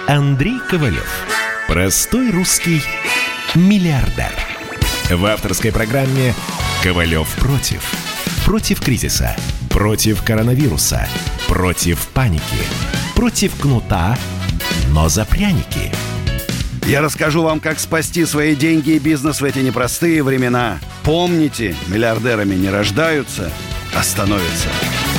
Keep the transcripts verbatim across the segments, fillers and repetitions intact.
Андрей Ковалев. Простой русский миллиардер. В авторской программе «Ковалев против». Против кризиса, против коронавируса, против паники, против кнута, но за пряники. Я расскажу вам, как спасти свои деньги и бизнес в эти непростые времена. Помните, миллиардерами не рождаются, а становятся.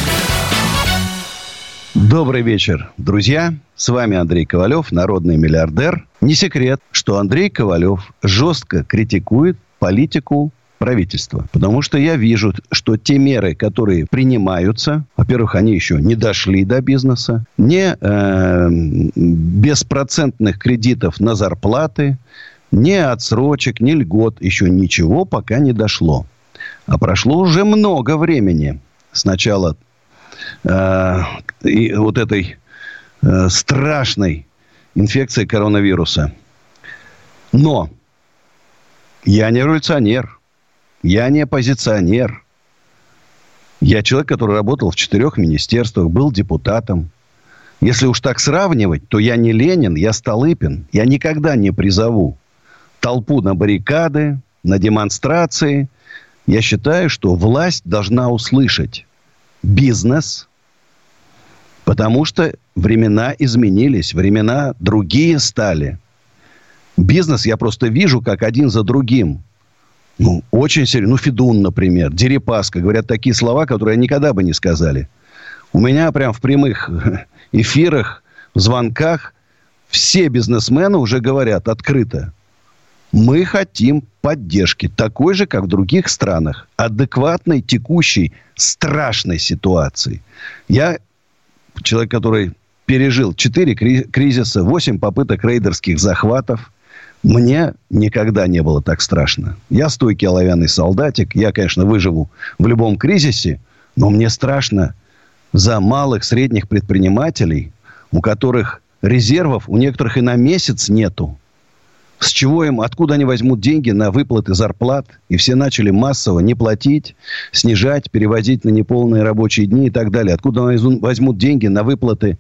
Добрый вечер, друзья. С вами Андрей Ковалев, народный миллиардер. Не секрет, что Андрей Ковалев жестко критикует политику правительства. Потому что я вижу, что те меры, которые принимаются, во-первых, они еще не дошли до бизнеса, не э, беспроцентных кредитов на зарплаты, ни отсрочек, ни льгот, еще ничего пока не дошло. А прошло уже много времени с начала э, и вот этой э, страшной инфекции коронавируса. Но я не революционер. Я не оппозиционер. Я человек, который работал в четырех министерствах, был депутатом. Если уж так сравнивать, то я не Ленин, я Столыпин. Я никогда не призову толпу на баррикады, на демонстрации. Я считаю, что власть должна услышать бизнес, потому что времена изменились, времена другие стали. Бизнес я просто вижу, как один за другим. Ну, очень серьезно. Ну, Федун, например, Дерипаска. Говорят такие слова, которые никогда бы не сказали. У меня прям в прямых эфирах, в звонках все бизнесмены уже говорят открыто. Мы хотим поддержки, такой же, как в других странах. Адекватной, текущей, страшной ситуации. Я человек, который пережил четыре кризиса, восемь попыток рейдерских захватов. Мне никогда не было так страшно. Я стойкий оловянный солдатик. Я, конечно, выживу в любом кризисе. Но мне страшно за малых, средних предпринимателей, у которых резервов у некоторых и на месяц нету. С чего им, откуда они возьмут деньги на выплаты зарплат? И все начали массово не платить, снижать, переводить на неполные рабочие дни и так далее. Откуда они возьмут деньги на выплаты,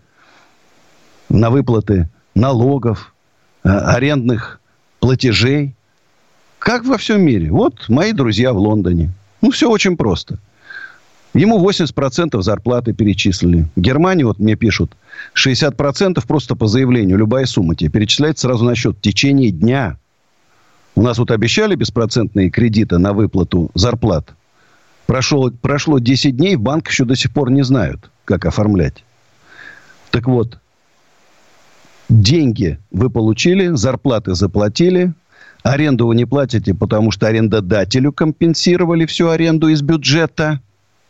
на выплаты налогов, арендных платежей. Как во всем мире. Вот мои друзья в Лондоне. Ну, все очень просто. Ему восемьдесят процентов зарплаты перечислили. В Германии, вот мне пишут, шестьдесят процентов просто по заявлению. Любая сумма тебе перечисляется сразу на счет в течение дня. У нас вот обещали беспроцентные кредиты на выплату зарплат. Прошло, прошло десять дней, в банк еще до сих пор не знают, как оформлять. Так вот, деньги вы получили, зарплаты заплатили, аренду вы не платите, потому что арендодателю компенсировали всю аренду из бюджета.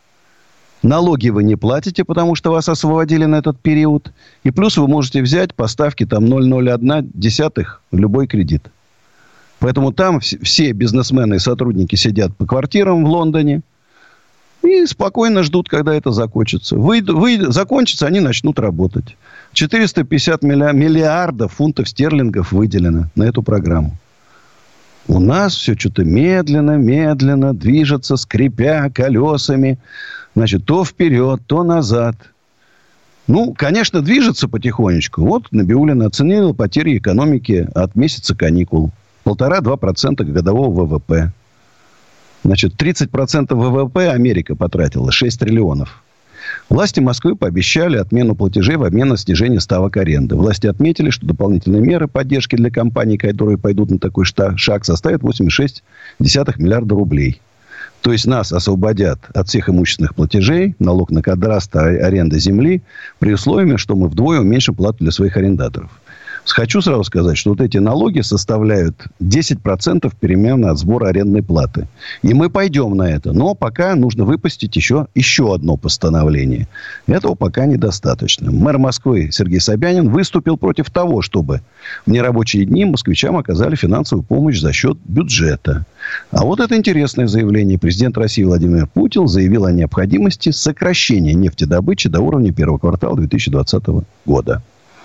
Налоги вы не платите, потому что вас освободили на этот период. И плюс вы можете взять по ставке там ноль целых ноль одна десятых любой кредит. Поэтому там все бизнесмены и сотрудники сидят по квартирам в Лондоне и спокойно ждут, когда это закончится. Выйду, выйду, закончится, они начнут работать. четыреста пятьдесят миллиардов фунтов стерлингов выделено на эту программу. У нас все что-то медленно, медленно движется, скрипя колесами. Значит, то вперед, то назад. Ну, конечно, движется потихонечку. Вот Набиуллина оценила потери экономики от месяца каникул. Полтора-два процента годового ВВП. Значит, тридцать процентов ВВП Америка потратила, шесть триллионов. Власти Москвы пообещали отмену платежей в обмен на снижение ставок аренды. Власти отметили, что дополнительные меры поддержки для компаний, которые пойдут на такой шаг, составят восемь целых шесть десятых миллиарда рублей. То есть нас освободят от всех имущественных платежей, налог на кадастр, аренда земли, при условии, что мы вдвое уменьшим плату для своих арендаторов. Хочу сразу сказать, что вот эти налоги составляют десять процентов перемены от сбора арендной платы. И мы пойдем на это. Но пока нужно выпустить еще, еще одно постановление. Этого пока недостаточно. Мэр Москвы Сергей Собянин выступил против того, чтобы в нерабочие дни москвичам оказали финансовую помощь за счет бюджета. А вот это интересное заявление. Президент России Владимир Путин заявил о необходимости сокращения нефтедобычи до уровня первого квартала две тысячи двадцатого года.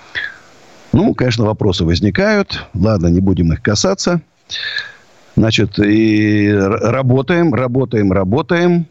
Ну, конечно, вопросы возникают. Ладно, не будем их касаться. Значит, и работаем, работаем, работаем.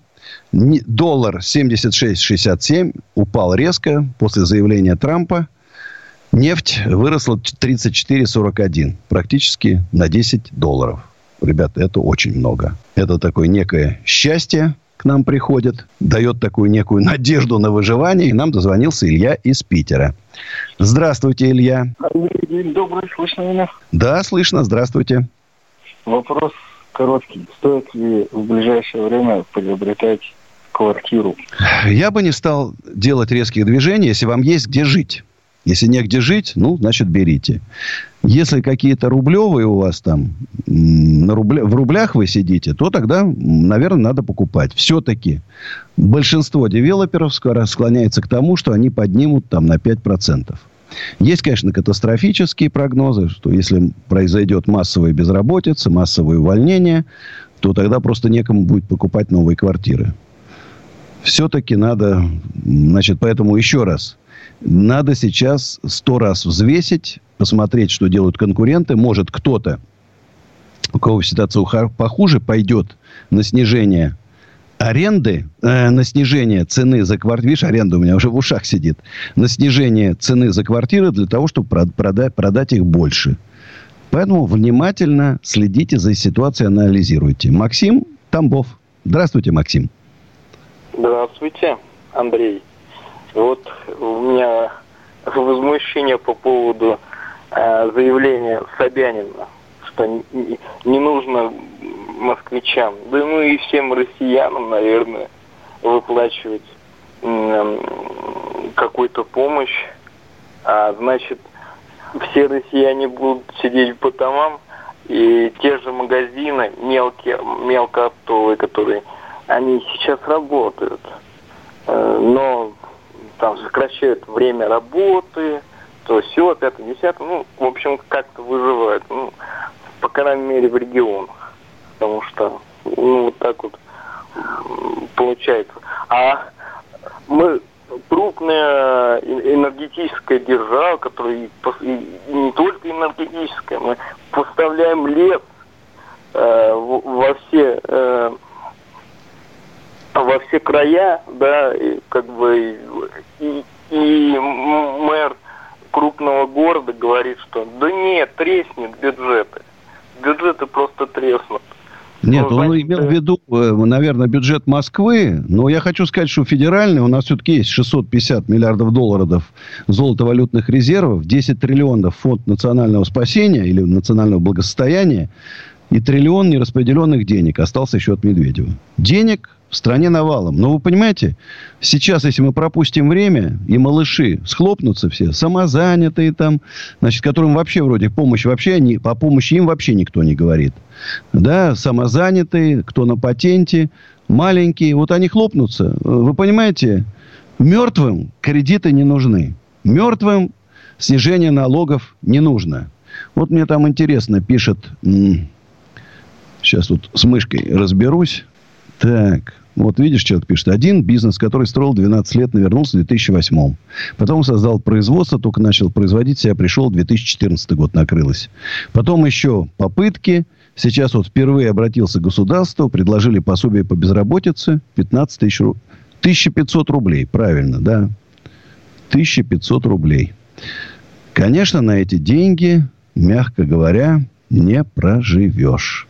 Доллар семьдесят шесть шестьдесят семь упал резко после заявления Трампа. Нефть выросла тридцать четыре сорок один. Практически на десять долларов. Ребята, это очень много. Это такое некое счастье к нам приходит. Дает такую некую надежду на выживание. И нам дозвонился Илья из Питера. Здравствуйте, Илья. День добрый, слышно меня? Да, слышно. Здравствуйте. Вопрос короткий. Стоит ли в ближайшее время приобретать квартиру? Я бы не стал делать резких движений, если вам есть где жить. Если негде жить, ну, значит, берите. Если какие-то рублевые у вас там, на рубля, в рублях вы сидите, то тогда, наверное, надо покупать. Все-таки большинство девелоперов склоняется к тому, что они поднимут там на пять процентов. Есть, конечно, катастрофические прогнозы, что если произойдет массовая безработица, массовое увольнение, то тогда просто некому будет покупать новые квартиры. Все-таки надо, значит, поэтому еще раз, надо сейчас сто раз взвесить, посмотреть, что делают конкуренты. Может, кто-то, у кого ситуация похуже, пойдет на снижение аренды, э, на снижение цены за квартиру. Видишь, аренда у меня уже в ушах сидит. На снижение цены за квартиры для того, чтобы продать, продать их больше. Поэтому внимательно следите за ситуацией, анализируйте. Максим Тамбов. Здравствуйте, Максим. Здравствуйте, Андрей. Вот у меня возмущение по поводу э, заявления Собянина, что не, не нужно москвичам, да ну и всем россиянам, наверное, выплачивать э, какую-то помощь. А значит, все россияне будут сидеть по домам, и те же магазины мелкие, мелкооптовые, которые они сейчас работают, э, но там сокращают время работы, то все, пятое, десятое, ну, в общем, как-то выживают, ну, по крайней мере, в регионах, потому что, ну, вот так вот получается. А мы крупная энергетическая держава, которая и не только энергетическая, мы поставляем лес э, во все э, во все края, да, и как бы и, и мэр крупного города говорит, что да нет, треснет бюджеты. Бюджеты просто треснут. Нет, ну, он значит, имел в виду, наверное, бюджет Москвы, но я хочу сказать, что федеральный, у нас все-таки есть шестьсот пятьдесят миллиардов долларов золотовалютных резервов, десять триллионов фонд национального спасения или национального благосостояния и триллион нераспределенных денег остался еще от Медведева. Денег в стране навалом. Но вы понимаете, сейчас, если мы пропустим время, и малыши схлопнутся все, самозанятые там, значит, которым вообще вроде помощь вообще, не, по помощи им вообще никто не говорит. Да, самозанятые, кто на патенте, маленькие, вот они хлопнутся. Вы понимаете, мертвым кредиты не нужны. Мертвым снижение налогов не нужно. Вот мне там интересно пишет, сейчас вот с мышкой разберусь. Так, вот видишь, человек пишет. Один бизнес, который строил двенадцать лет, навернулся в две тысячи восьмом. Потом создал производство, только начал производить себя, пришел в две тысячи четырнадцатый год, накрылось. Потом еще попытки. Сейчас вот впервые обратился к государству, предложили пособие по безработице пятнадцать тысяч рублей. тысяча пятьсот рублей, правильно, да. тысяча пятьсот рублей. Конечно, на эти деньги, мягко говоря, не проживешь.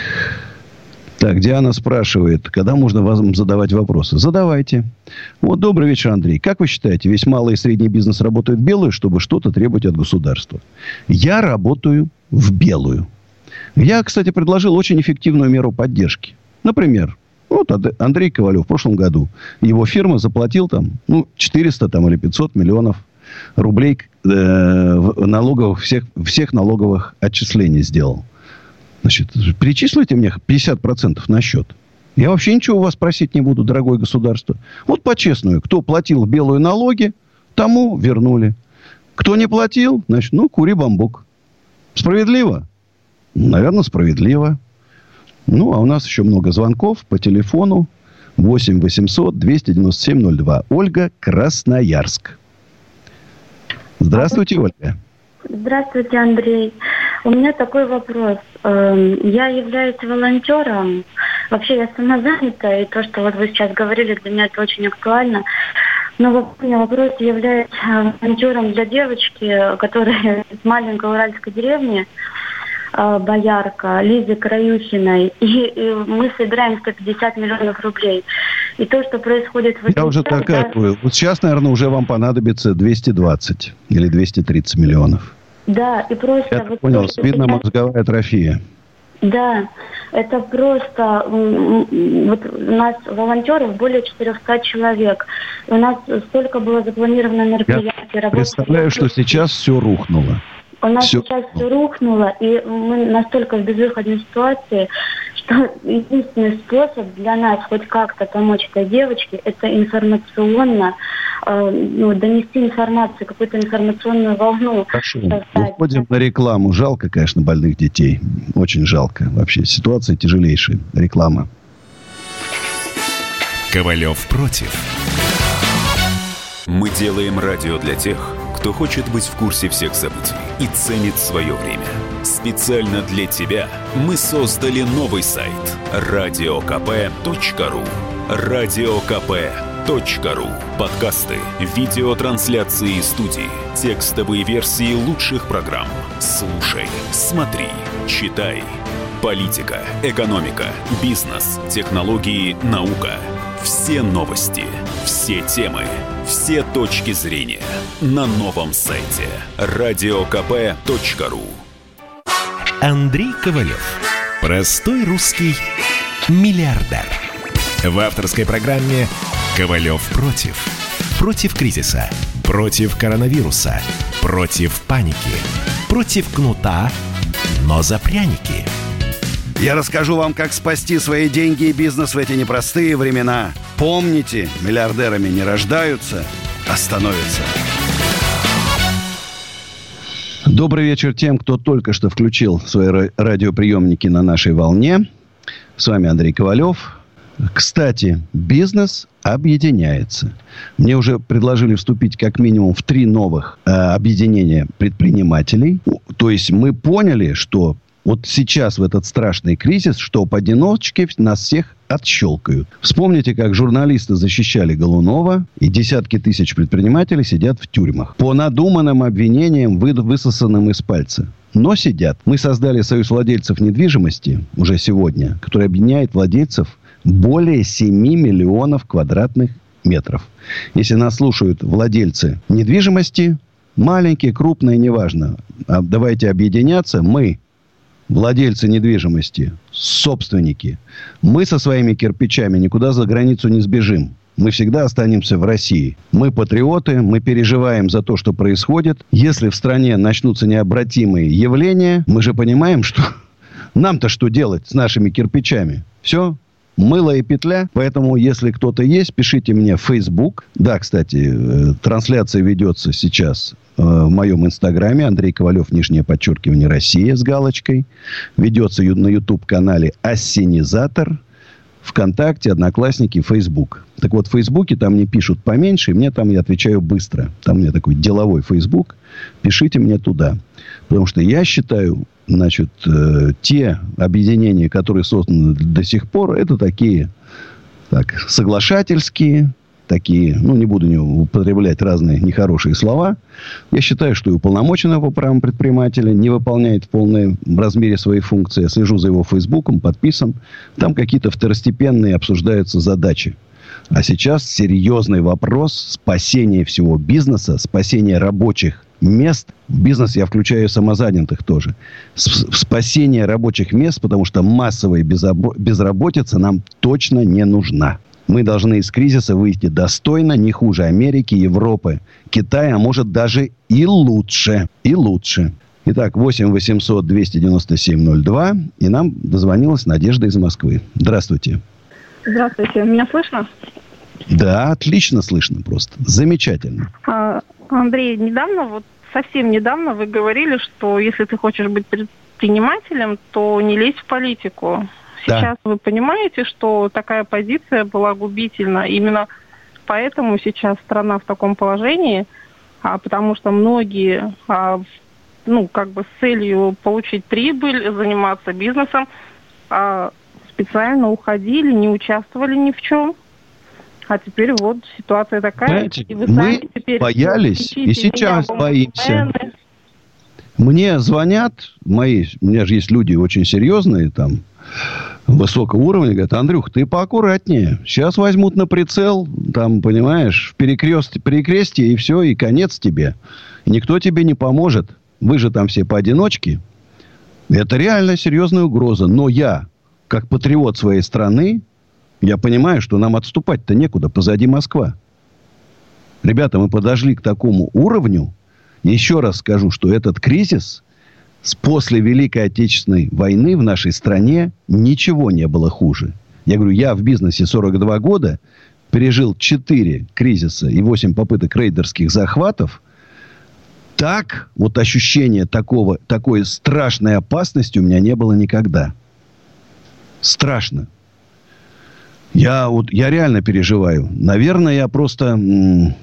Так, Диана спрашивает, когда можно вам задавать вопросы? Задавайте. Вот, добрый вечер, Андрей. Как вы считаете, весь малый и средний бизнес работает в белую, чтобы что-то требовать от государства? Я работаю в белую. Я, кстати, предложил очень эффективную меру поддержки. Например, вот Андрей Ковалев в прошлом году. Его фирма заплатил там, ну, четыреста там, или пятьсот миллионов рублей э, налоговых, всех, всех налоговых отчислений сделал. Значит, перечислите мне пятьдесят процентов на счет. Я вообще ничего у вас просить не буду, дорогое государство. Вот по-честному, кто платил белые налоги, тому вернули. Кто не платил, значит, ну, кури бамбук. Справедливо? Наверное, справедливо. Ну, а у нас еще много звонков по телефону восемь восемьсот двести девяносто семь ноль два. Ольга, Красноярск. Здравствуйте, Ольга. Здравствуйте, Андрей. У меня такой вопрос. Я являюсь волонтером. Вообще я самозанята, и то, что вот вы сейчас говорили, для меня это очень актуально. Но вот у меня вопрос, я являюсь волонтером для девочки, которая из маленькой уральской деревни, Боярка, Лизы Краюхиной. И, и мы собираем сто пятьдесят миллионов рублей. И то, что происходит в Я уже догадываюсь. Да? Вот сейчас, наверное, уже вам понадобится двести двадцать или двести тридцать миллионов. Да, и просто... Я вот понял, то, спинномозговая атрофия. Да, это просто... Вот у нас волонтеров более четыреста человек. И у нас столько было запланировано мероприятий. Я представляю, что сейчас все рухнуло. У нас все. сейчас все рухнуло, и мы настолько в безвыходной ситуации, что единственный способ для нас хоть как-то помочь этой девочке, это информационно, э, ну, донести информацию, какую-то информационную волну. Хорошо. Уходим на рекламу. Жалко, конечно, больных детей. Очень жалко. Вообще ситуация тяжелейшая. Реклама. Ковалев против. Мы делаем радио для тех, кто хочет быть в курсе всех событий и ценит свое время. Специально для тебя мы создали новый сайт радио ка пэ точка ру. радио ка пэ точка ру. Подкасты, видеотрансляции из студии, текстовые версии лучших программ. Слушай, смотри, читай. Политика, экономика, бизнес, технологии, наука. Все новости, все темы, все точки зрения на новом сайте радио ка пэ точка ру. Андрей Ковалев. Простой русский миллиардер. В авторской программе «Ковалев против». Против кризиса, против коронавируса, против паники, против кнута, но за пряники. Я расскажу вам, как спасти свои деньги и бизнес в эти непростые времена. Помните, миллиардерами не рождаются, а становятся. Добрый вечер тем, кто только что включил свои радиоприемники на нашей волне. С вами Андрей Ковалев. Кстати, бизнес объединяется. Мне уже предложили вступить как минимум в три новых э, объединения предпринимателей. То есть мы поняли, что вот сейчас в этот страшный кризис, что поодиночке нас всех отщелкают. Вспомните, как журналисты защищали Голунова, и десятки тысяч предпринимателей сидят в тюрьмах. По надуманным обвинениям, высосанным из пальца. Но сидят. Мы создали союз владельцев недвижимости уже сегодня, который объединяет владельцев более семи миллионов квадратных метров. Если нас слушают владельцы недвижимости, маленькие, крупные, неважно. Давайте объединяться. Мы, владельцы недвижимости, собственники, мы со своими кирпичами никуда за границу не сбежим. Мы всегда останемся в России. Мы патриоты, мы переживаем за то, что происходит. Если в стране начнутся необратимые явления, мы же понимаем, что нам-то что делать с нашими кирпичами? Все, мыло и петля. Поэтому, если кто-то есть, пишите мне в Facebook. Да, кстати, трансляция ведется сейчас в моем инстаграме. Андрей Ковалев, нижнее подчеркивание, Россия с галочкой. Ведется на YouTube-канале «Ассенизатор». ВКонтакте, Одноклассники, Фейсбук. Так вот, в Фейсбуке там мне пишут поменьше, и мне там я отвечаю быстро. Там у меня такой деловой Фейсбук. Пишите мне туда. Потому что я считаю, значит, э, те объединения, которые созданы до сих пор, это такие так, соглашательские, такие, ну, не буду употреблять разные нехорошие слова. Я считаю, что и уполномоченного по правам предпринимателя не выполняет в полном размере свои функции. Я слежу за его фейсбуком, подписан. Там какие-то второстепенные обсуждаются задачи. А сейчас серьезный вопрос спасения всего бизнеса, спасения рабочих мест. В бизнес я включаю самозанятых тоже. Спасение рабочих мест, потому что массовая безработица нам точно не нужна. Мы должны из кризиса выйти достойно, не хуже Америки, Европы, Китая, а может даже и лучше. И лучше. Итак, восемь восемьсот двести девяносто семь ноль два. И нам дозвонилась Надежда из Москвы. Здравствуйте. Здравствуйте. Меня слышно? Да, отлично слышно просто. Замечательно. А, Андрей, недавно, вот совсем недавно вы говорили, что если ты хочешь быть предпринимателем, то не лезь в политику. Сейчас да. Вы понимаете, что такая позиция была губительна. Именно поэтому сейчас страна в таком положении, а, потому что многие, а, ну, как бы с целью получить прибыль, заниматься бизнесом, а, специально уходили, не участвовали ни в чем. а теперь вот ситуация такая. Знаете, и вы мы сами теперь боялись и сейчас боимся. Омбудсмены. Мне звонят мои, у меня же есть люди очень серьезные, там, высокого уровня, говорят: Андрюх, ты поаккуратнее. Сейчас возьмут на прицел, там, понимаешь, в перекрест, перекрестие, и все, и конец тебе. И никто тебе не поможет. Вы же там все поодиночке. Это реально серьезная угроза. Но я, как патриот своей страны, я понимаю, что нам отступать-то некуда. Позади Москва. Ребята, мы подошли к такому уровню. Еще раз скажу, что этот кризис после Великой Отечественной войны в нашей стране ничего не было хуже. Я говорю, я в бизнесе сорок два года пережил четыре кризиса и восемь попыток рейдерских захватов. Так, вот ощущение такого, такой страшной опасности у меня не было никогда. Страшно. Я, вот, я реально переживаю. Наверное, я просто м-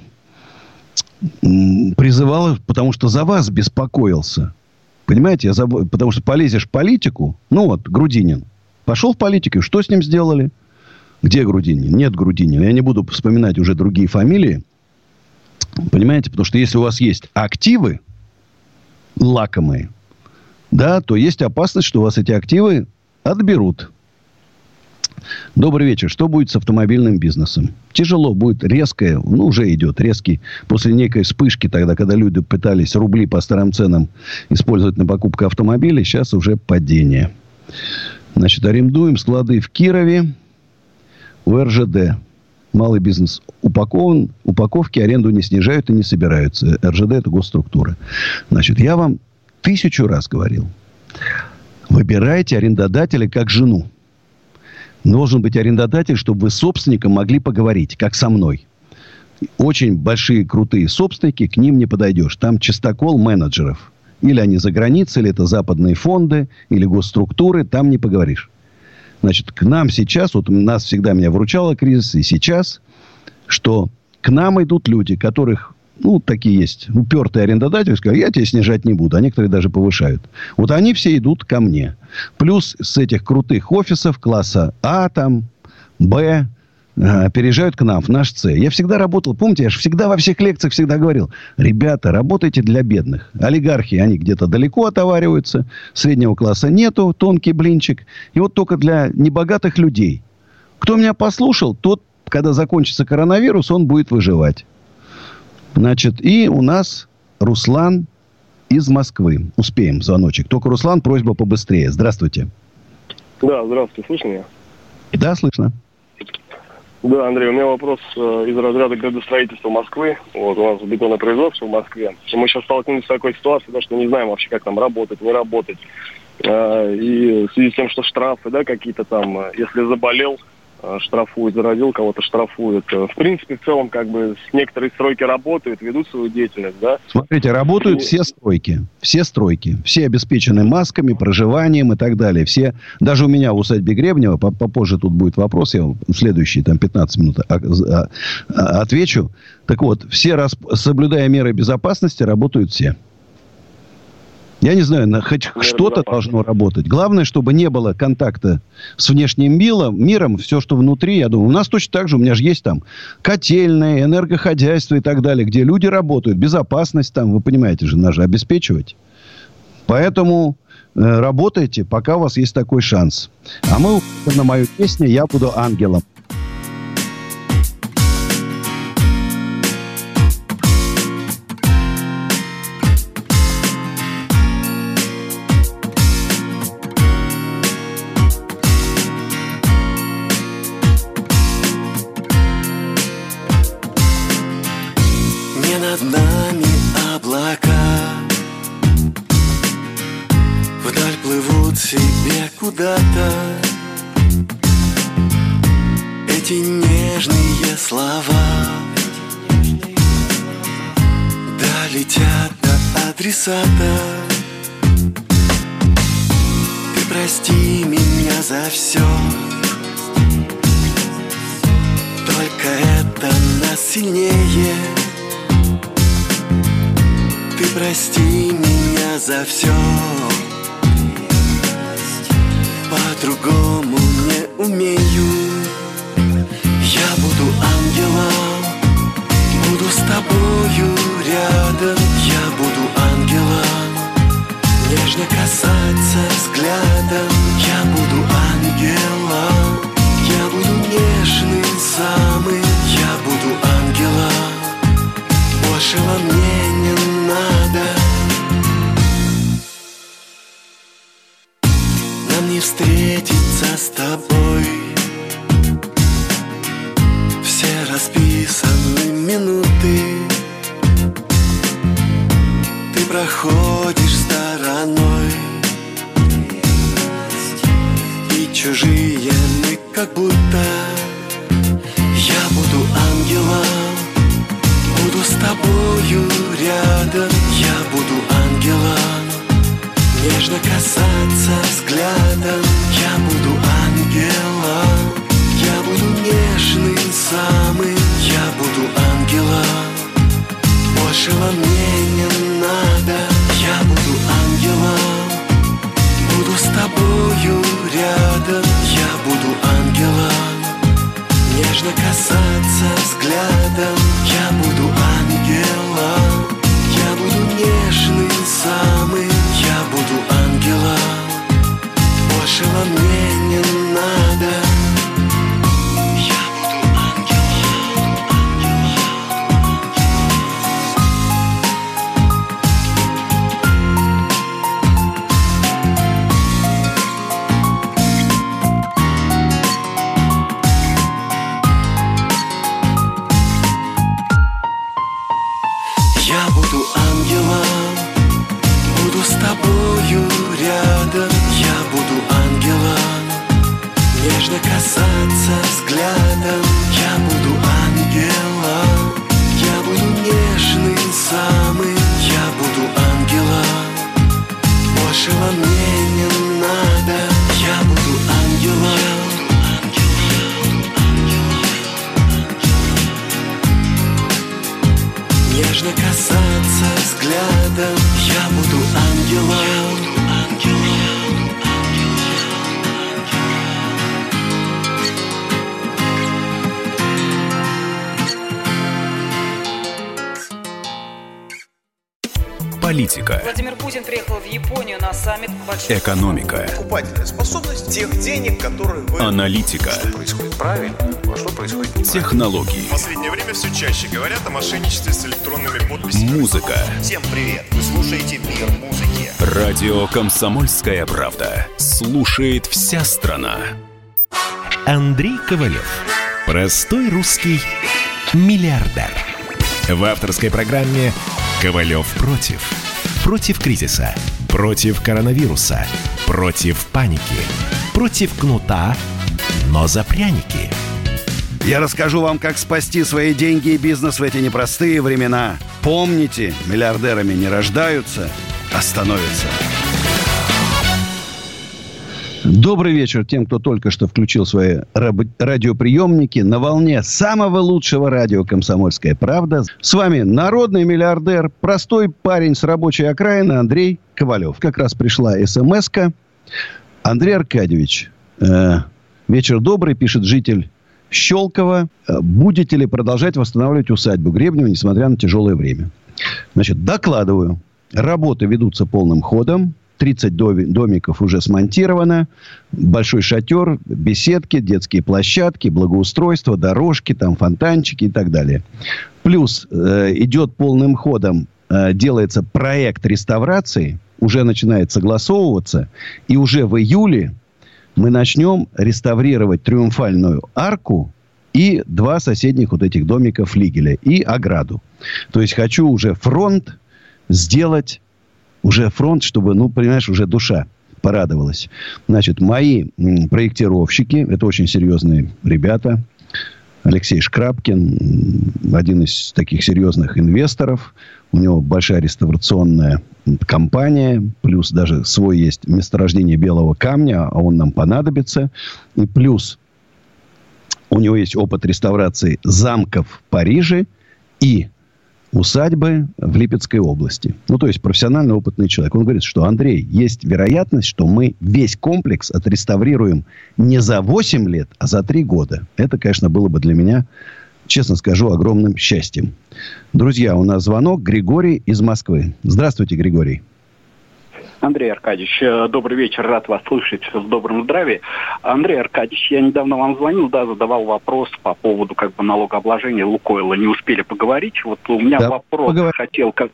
м- призывал, потому что за вас беспокоился. Понимаете, я заб... потому что полезешь в политику. Ну вот, Грудинин. Пошел в политику. Что с ним сделали? Где Грудинин? Нет Грудинина. Я не буду вспоминать уже другие фамилии. Понимаете? Потому что если у вас есть активы лакомые, да, то есть опасность, что у вас эти активы отберут. Добрый вечер. Что будет с автомобильным бизнесом? Тяжело будет. Резкое, ну, уже идет. Резкий. После некой вспышки тогда, когда люди пытались рубли по старым ценам использовать на покупку автомобилей, сейчас уже падение. Значит, арендуем склады в Кирове у эр жэ дэ. Малый бизнес упакован. Упаковки аренду не снижают и не собираются. эр жэ дэ – это госструктура. Значит, я вам тысячу раз говорил. Выбирайте арендодателя как жену. Должен быть арендодатель, чтобы вы с собственником могли поговорить, как со мной. Очень большие, крутые собственники, к ним не подойдешь. Там чистокол менеджеров. Или они за границей, или это западные фонды, или госструктуры. Там не поговоришь. Значит, к нам сейчас, вот нас всегда меня выручало кризис, и сейчас, что к нам идут люди, которых, ну, такие есть упертые арендодатели, сказали, я тебя снижать не буду, а некоторые даже повышают. Вот они все идут ко мне. Плюс с этих крутых офисов класса А, там, Б, э, переезжают к нам, в наш С. Я всегда работал, помните, я же всегда во всех лекциях всегда говорил, ребята, работайте для бедных. Олигархи, они где-то далеко отовариваются, среднего класса нету, тонкий блинчик. И вот только для небогатых людей. Кто меня послушал, тот, когда закончится коронавирус, он будет выживать. Значит, и у нас Руслан из Москвы. Успеем звоночек. Только, Руслан, просьба побыстрее. Здравствуйте. Да, здравствуйте. Слышно меня? Да, слышно. Да, Андрей, у меня вопрос э, из разряда градостроительства Москвы. Вот, у нас бетонное производство в Москве. И мы сейчас столкнулись с такой ситуацией, да, что не знаем вообще, как нам работать, не работать. Э, и в связи с тем, что штрафы, да, какие-то там, э, если заболел, штрафуют, заразил, кого-то штрафуют. В принципе, в целом, как бы, некоторые стройки работают, ведут свою деятельность, да? Смотрите, работают и... все стройки. Все стройки. Все обеспечены масками, проживанием и так далее. Все, даже у меня в усадьбе Гребнева, попозже тут будет вопрос, я в следующие там пятнадцать минут отвечу. Так вот, все, расп... соблюдая меры безопасности, работают все. Я не знаю, хоть Мир что-то должно работать. Главное, чтобы не было контакта с внешним миром, миром, все, что внутри, я думаю. У нас точно так же, у меня же есть там котельные, энергохозяйство и так далее, где люди работают, безопасность там, вы понимаете же, надо же обеспечивать. Поэтому э, работайте, пока у вас есть такой шанс. А мы на мою песню «Я буду ангелом». Над нами облака вдаль плывут себе куда-то. Эти нежные слова долетят до адресата. Ты прости меня за все, только это нас сильнее. Ты прости меня за все, по-другому не умею. Я буду ангелом. Буду с тобою рядом, я буду ангелом, нежно касаться взглядом. Я буду ангелом, я буду нежным самым. Я буду ангелом, большего мне не надо. Нам не встретиться с тобой, все расписаны минуты. Ты проходишь стороной, и чужие мы как будто. Я буду ангелом, буду с тобою рядом. Я буду ангелом, нежно касаться взглядом. Я буду ангелом, я буду нежным самым. Я буду ангелом, большего мне не надо. Я буду ангелом, буду с тобою рядом. Я буду ангелом, нежно касаться взглядом. Я буду ангелом, я буду нежным самым. Я буду ангелом, большего мне не надо. Я буду ангелом, я буду ангелом, буду с тобою рядом. Я буду ангелом, нежно касаться взглядом. Я буду ангелом, я буду нежным самым. Я буду ангелом, большего мне не надо. Я буду ангелом, нежно касаться взглядом. Я буду ангелом. Политика. Владимир Путин приехал в Японию на саммит большой. Экономика. Покупательная способность тех денег, которые вы... Аналитика. Что происходит правильно, а что происходит неправильно. Технологии. В последнее время все чаще говорят о мошенничестве с электронными подписями. Музыка. Всем привет! Вы слушаете «Мир музыки». Радио «Комсомольская правда». Слушает вся страна. Андрей Ковалев. Простой русский миллиардер. В авторской программе «Ковалев против». Против кризиса. Против коронавируса. Против паники. Против кнута, но за пряники. Я расскажу вам, как спасти свои деньги и бизнес в эти непростые времена. Помните, миллиардерами не рождаются, а становятся. Добрый вечер тем, кто только что включил свои радиоприемники на волне самого лучшего радио «Комсомольская правда». С вами народный миллиардер, простой парень с рабочей окраины Андрей Ковалев. Как раз пришла смс-ка. Андрей Аркадьевич, э, вечер добрый, пишет житель Щелково. Будете ли продолжать восстанавливать усадьбу Гребнева, несмотря на тяжелое время? Значит, докладываю. Работы ведутся полным ходом. тридцать домиков уже смонтировано. Большой шатер, беседки, детские площадки, благоустройство, дорожки, там фонтанчики и так далее. Плюс э, идет полным ходом, э, делается проект реставрации. Уже начинает согласовываться. И уже в июле мы начнем реставрировать Триумфальную арку и два соседних вот этих домика флигеля и ограду. То есть хочу уже фронт сделать. Уже фронт, чтобы, ну, понимаешь, уже душа порадовалась. Значит, мои проектировщики, это очень серьезные ребята. Алексей Шкрабкин, один из таких серьезных инвесторов. У него большая реставрационная компания. Плюс даже свой есть месторождение белого камня, а он нам понадобится. И плюс у него есть опыт реставрации замков в Париже и усадьбы в Липецкой области. Ну, то есть, профессионально опытный человек. Он говорит, что, Андрей, есть вероятность, что мы весь комплекс отреставрируем не за восемь лет, а за три года. Это, конечно, было бы для меня честно скажу, огромным счастьем. Друзья, у нас звонок. Григорий из Москвы. Здравствуйте, Григорий. Андрей Аркадьевич, добрый вечер, рад вас слышать в добром здравии. Андрей Аркадьевич, я недавно вам звонил, да, задавал вопрос по поводу как бы налогообложения Лукойла. Не успели поговорить. Вот у меня да, вопрос поговор... хотел как,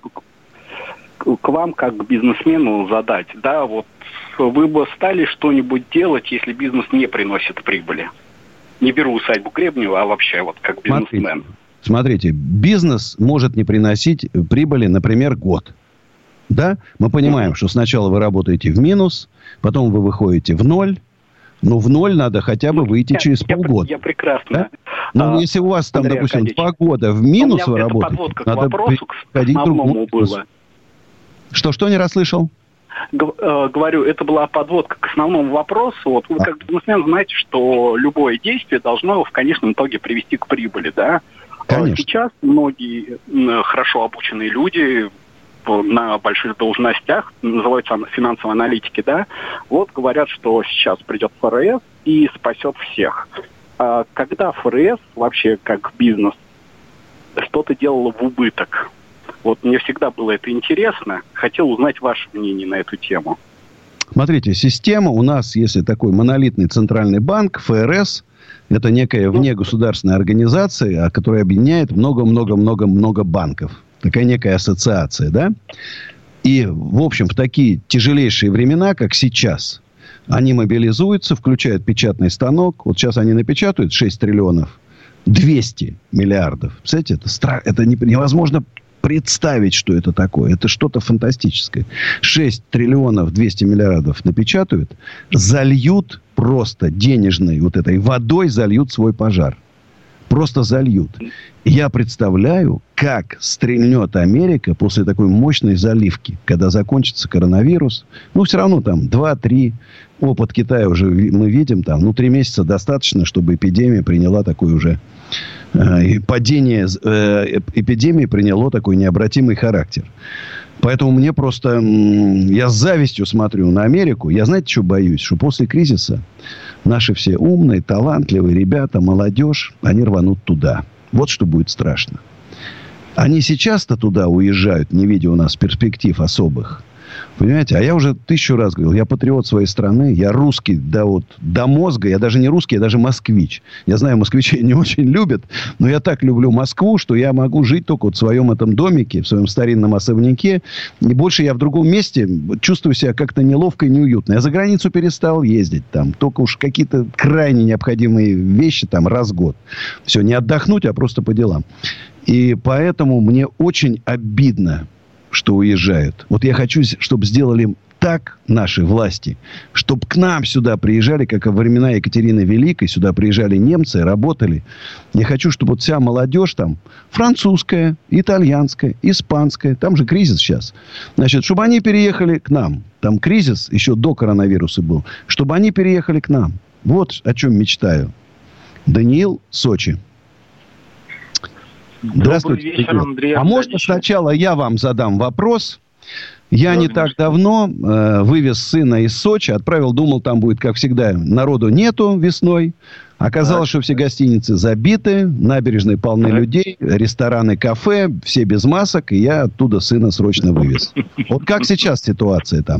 к вам, как к бизнесмену, задать. Да, вот вы бы стали что-нибудь делать, если бизнес не приносит прибыли? Не беру усадьбу Гребнева, а вообще вот как бизнесмен. Смотрите, смотрите, бизнес может не приносить прибыли, например, год. Да, мы понимаем, что сначала вы работаете в минус, потом вы выходите в ноль. Но в ноль надо хотя бы выйти я, через я, полгода. Я прекрасно. Да? Но а, если у вас там, Андрей допустим, Аркадьевич, два года в минус вы работаете, надо приходить к другому. Что-что, не расслышал? Говорю, это была подводка к основному вопросу. Вот вы а. как бизнесмен знаете, что любое действие должно в конечном итоге привести к прибыли, да? Конечно. Сейчас многие хорошо обученные люди на больших должностях, называются финансовые аналитики, да, вот говорят, что сейчас придет ФРС и спасет всех. А когда ФРС вообще как бизнес что-то делало в убыток? Вот мне всегда было это интересно. Хотел узнать ваше мнение на эту тему. Смотрите, система у нас, если такой монолитный центральный банк, ФРС, это некая внегосударственная организация, которая объединяет много-много-много-много банков. Такая некая ассоциация, да? И, в общем, в такие тяжелейшие времена, как сейчас, они мобилизуются, включают печатный станок. Вот сейчас они напечатают шесть триллионов двести миллиардов. Представляете, это, страх, это невозможно представить, что это такое. Это что-то фантастическое. шесть триллионов двести миллиардов напечатают, зальют просто денежной вот этой водой, зальют свой пожар. Просто зальют. Я представляю, как стрельнет Америка после такой мощной заливки, когда закончится коронавирус. Ну, все равно там два-три. Опыт Китая уже мы видим. Там, ну, три месяца достаточно, чтобы эпидемия приняла такой уже... Э, падение э, эпидемии приняло такой необратимый характер. Поэтому мне просто... Я с завистью смотрю на Америку. Я, знаете, что боюсь? Что после кризиса наши все умные, талантливые ребята, молодежь, они рванут туда. Вот что будет страшно. Они сейчас-то туда уезжают, не видя у нас перспектив особых. Понимаете? А я уже тысячу раз говорил, я патриот своей страны, я русский до, вот, до мозга, я даже не русский, я даже москвич. Я знаю, москвичей не очень любят, но я так люблю Москву, что я могу жить только вот в своем этом домике, в своем старинном особняке. И больше я в другом месте чувствую себя как-то неловко и неуютно. Я за границу перестал ездить там, только уж какие-то крайне необходимые вещи там раз в год. Все, не отдохнуть, а просто по делам. И поэтому мне очень обидно, что уезжают. Вот я хочу, чтобы сделали так наши власти, чтобы к нам сюда приезжали, как во времена Екатерины Великой, сюда приезжали немцы, работали. Я хочу, чтобы вот вся молодежь там, французская, итальянская, испанская, там же кризис сейчас, значит, чтобы они переехали к нам. Там кризис еще до коронавируса был. Чтобы они переехали к нам. Вот о чем мечтаю. Даниил, Сочи. Здравствуйте. Вечер, Андрей а можно сначала я вам задам вопрос? Я Добрый не так вечер. давно э, вывез сына из Сочи, отправил, думал, там будет, как всегда, народу нету весной. Оказалось, так. что все гостиницы забиты, набережные полны так. людей, рестораны, кафе, все без масок, и я оттуда сына срочно вывез. Вот как сейчас ситуация там?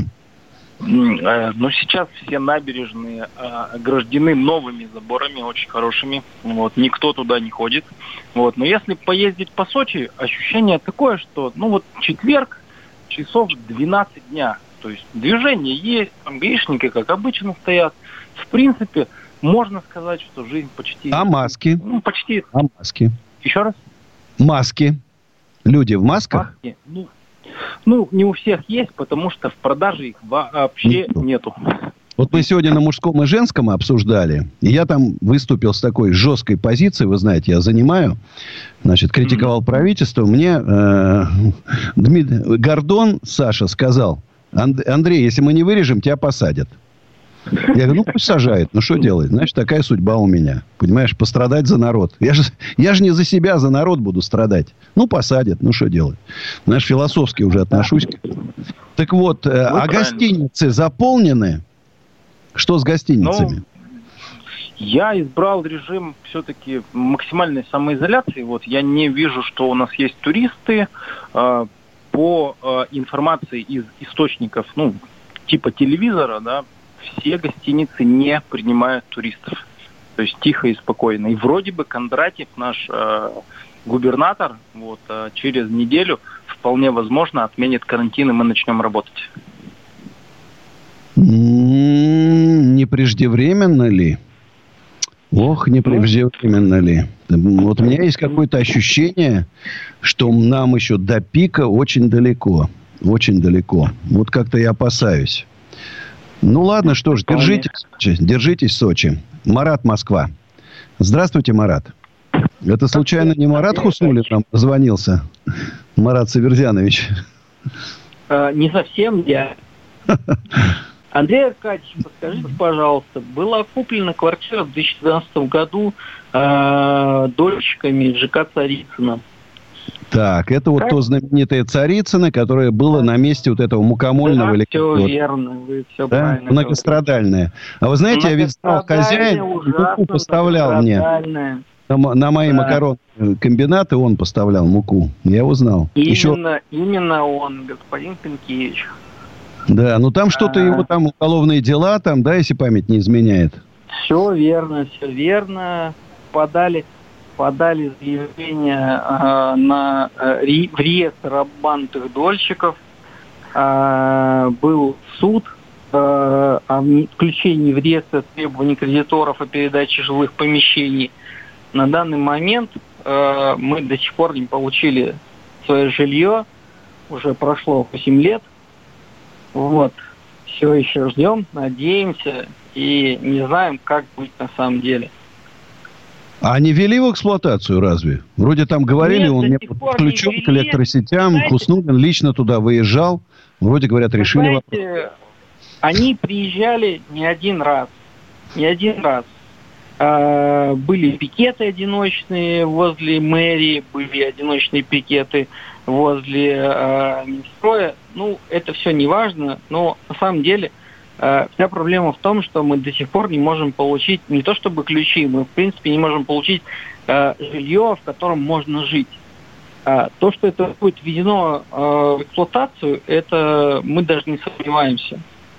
Ну, сейчас все набережные ограждены новыми заборами, очень хорошими. Вот, никто туда не ходит. Вот, но если поездить по Сочи, ощущение такое, что, ну, вот четверг, часов двенадцать дня. То есть движение есть, там гаишники, как обычно, стоят. В принципе, можно сказать, что жизнь почти... А маски? Ну, почти... А маски? Еще раз? Маски. Люди в масках? Маски? Ну, Ну, не у всех есть, потому что в продаже их вообще Нету. нету. Вот мы сегодня на мужском и женском обсуждали, и я там выступил с такой жесткой позицией, вы знаете, я занимаю, значит, критиковал mm-hmm. правительство. Мне э, Дмитрий Гордон, Саша, сказал, Андрей, если мы не вырежем, тебя посадят. Я говорю, ну, пусть сажает. Ну, что делать? Значит, такая судьба у меня. Понимаешь, пострадать за народ. Я же, я же не за себя, за народ буду страдать. Ну, посадят. Ну, что делать? Знаешь, философски уже отношусь. Так вот, ну, а правильно. Гостиницы заполнены? Что с гостиницами? Ну, Я избрал режим все-таки максимальной самоизоляции. Вот я не вижу, что у нас есть туристы. Э, по э, информации из источников, ну, типа телевизора, да, все гостиницы не принимают туристов. То есть тихо и спокойно. И вроде бы Кондратьев, наш э, губернатор, вот, э, через неделю вполне возможно отменит карантин, и мы начнем работать. Не преждевременно ли? Ох, не преждевременно ли? Вот у меня есть какое-то ощущение, что нам еще до пика очень далеко. Очень далеко. Вот как-то я опасаюсь. Ну, ладно, что ж, держитесь, Сочи, держитесь, Сочи. Марат, Москва. Здравствуйте, Марат. Это случайно не Марат Хуснуллин нам позвонился? Марат Саверзянович. А, не совсем я. Андрей Аркадьевич, подскажите, пожалуйста, была куплена квартира в две тысячи двенадцатом году э, дольщиками ЖК Царицыно. Так, это вот как? То знаменитое Царицыно, которое было на месте вот этого мукомольного... Да, все вот. Верно, вы все да? правильно. Многострадальное. А вы знаете, я ведь знал, хозяин муку поставлял мне. На, на мои да. макаронные комбинаты он поставлял муку. Я его знал. Именно, Еще... именно он, господин Пенкевич. Да, ну там что-то его там уголовные дела, там, да, если память не изменяет. Все верно, все верно. Подали, подали заявление э, на э, в реестр обманутых дольщиков. Э, был суд э, о включении в реестр требований кредиторов о передаче жилых помещений. На данный момент э, мы до сих пор не получили свое жилье. Уже прошло восемь лет. Вот. Все еще ждем, надеемся и не знаем, как быть на самом деле. А они ввели в эксплуатацию разве? Вроде там говорили, Нет, он не подключен к электросетям, знаете, Хуснуллин лично туда выезжал. Вроде, говорят, решили знаете, вопрос. Они приезжали не один раз. Не один раз. А, были пикеты одиночные возле мэрии, были одиночные пикеты возле э, Минстроя. Ну, это все не важно, но на самом деле э, вся проблема в том, что мы до сих пор не можем получить, не то чтобы ключи, мы в принципе не можем получить э, жилье, в котором можно жить. А то, что это будет введено э, в эксплуатацию, это мы даже не сомневаемся.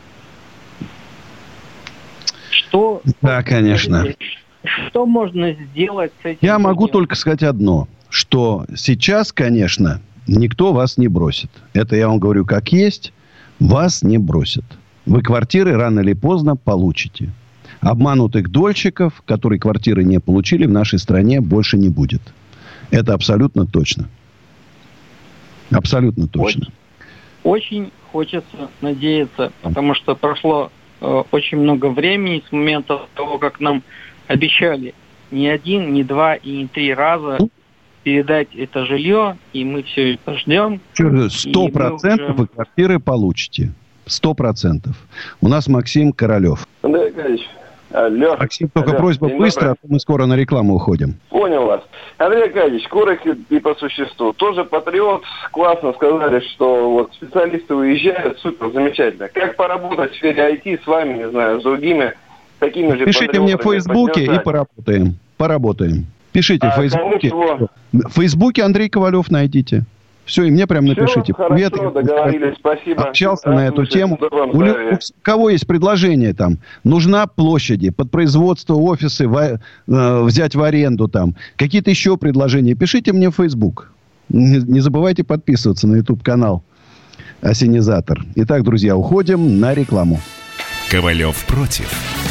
Что... Да, конечно. Что можно сделать с этим? Я могу только сказать одно, что сейчас, конечно, никто вас не бросит. Это я вам говорю как есть. Вас не бросят. Вы квартиры рано или поздно получите. Обманутых дольщиков, которые квартиры не получили, в нашей стране больше не будет. Это абсолютно точно. Абсолютно точно. Очень, очень хочется надеяться, потому что прошло э, очень много времени с момента того, как нам обещали не один, не два и не три раза передать это жилье, и мы все это ждем. Сто процентов вы квартиры получите. Сто процентов. У нас Максим Королев. Андрей Аркадьевич. Алло. Максим, только Алло. просьба День быстро, добрый. а то мы скоро на рекламу уходим. Понял вас. Андрей Аркадьевич, коротко и по существу. Тоже патриот. Классно сказали, что вот специалисты уезжают. Супер, замечательно. Как поработать в сфере ай ти с вами, не знаю, с другими такими же Пишите мне в Фейсбуке и поработаем. Поработаем. Пишите а в Фейсбуке. В Фейсбуке Андрей Ковалев найдите. Все, и мне прям напишите. Все, Привет. Хорошо, договорились, спасибо. Общался на эту тему. У, у кого есть предложение там? Нужна площади под производство, офисы в, э, взять в аренду там. Какие-то еще предложения? Пишите мне в Facebook. Не, не забывайте подписываться на YouTube-канал Осенизатор. Итак, друзья, уходим на рекламу. Ковалев против.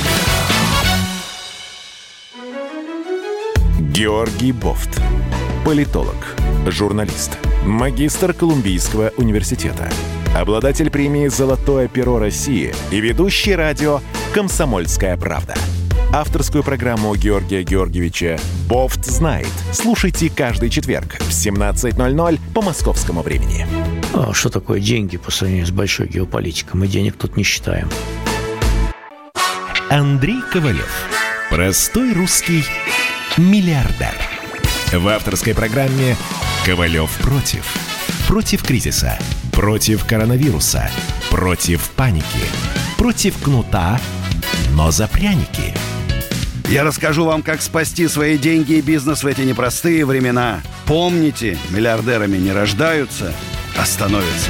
Георгий Бофт. Политолог, журналист, магистр Колумбийского университета, обладатель премии «Золотое перо России» и ведущий радио «Комсомольская правда». Авторскую программу Георгия Георгиевича «Бофт знает». Слушайте каждый четверг в семнадцать ноль ноль по московскому времени. А что такое деньги по сравнению с большой геополитикой? Мы денег тут не считаем. Андрей Ковалев. Простой русский миллиардер. В авторской программе «Ковалев против». Против кризиса, против коронавируса, против паники, против кнута, но за пряники. Я расскажу вам, как спасти свои деньги и бизнес в эти непростые времена. Помните, миллиардерами не рождаются, а становятся.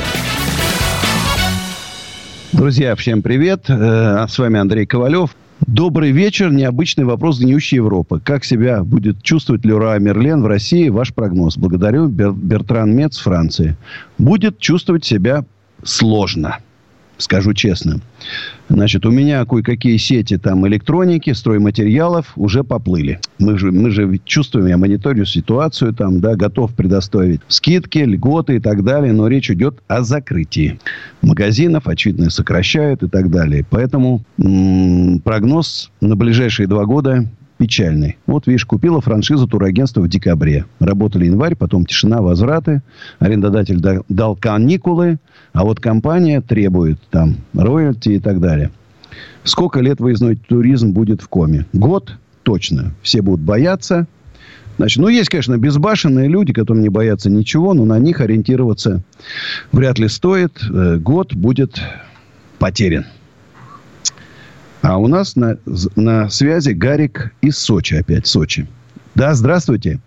Друзья, всем привет. С вами Андрей Ковалев. Добрый вечер. Необычный вопрос гниющей Европы. Как себя будет чувствовать Леруа Мерлен в России? Ваш прогноз. Благодарю. Бер, Бертран Мец, Франция. Будет чувствовать себя сложно. Скажу честно. Значит, у меня кое-какие сети там электроники, стройматериалов уже поплыли. Мы же, мы же чувствуем, я мониторю ситуацию там, да, готов предоставить скидки, льготы и так далее. Но речь идет о закрытии магазинов, очевидно, сокращают и так далее. Поэтому м-м, прогноз на ближайшие два года печальный. Вот, видишь, купила франшизу турагентства в декабре. Работали январь, потом тишина, возвраты. Арендодатель дал каникулы, а вот компания требует там роялти и так далее. Сколько лет выездной туризм будет в коме? Год точно. Все будут бояться. Значит, ну, есть, конечно, безбашенные люди, которые не боятся ничего, но на них ориентироваться вряд ли стоит. Год будет потерян. А у нас на, на связи Гарик из Сочи опять. Сочи. Да, здравствуйте.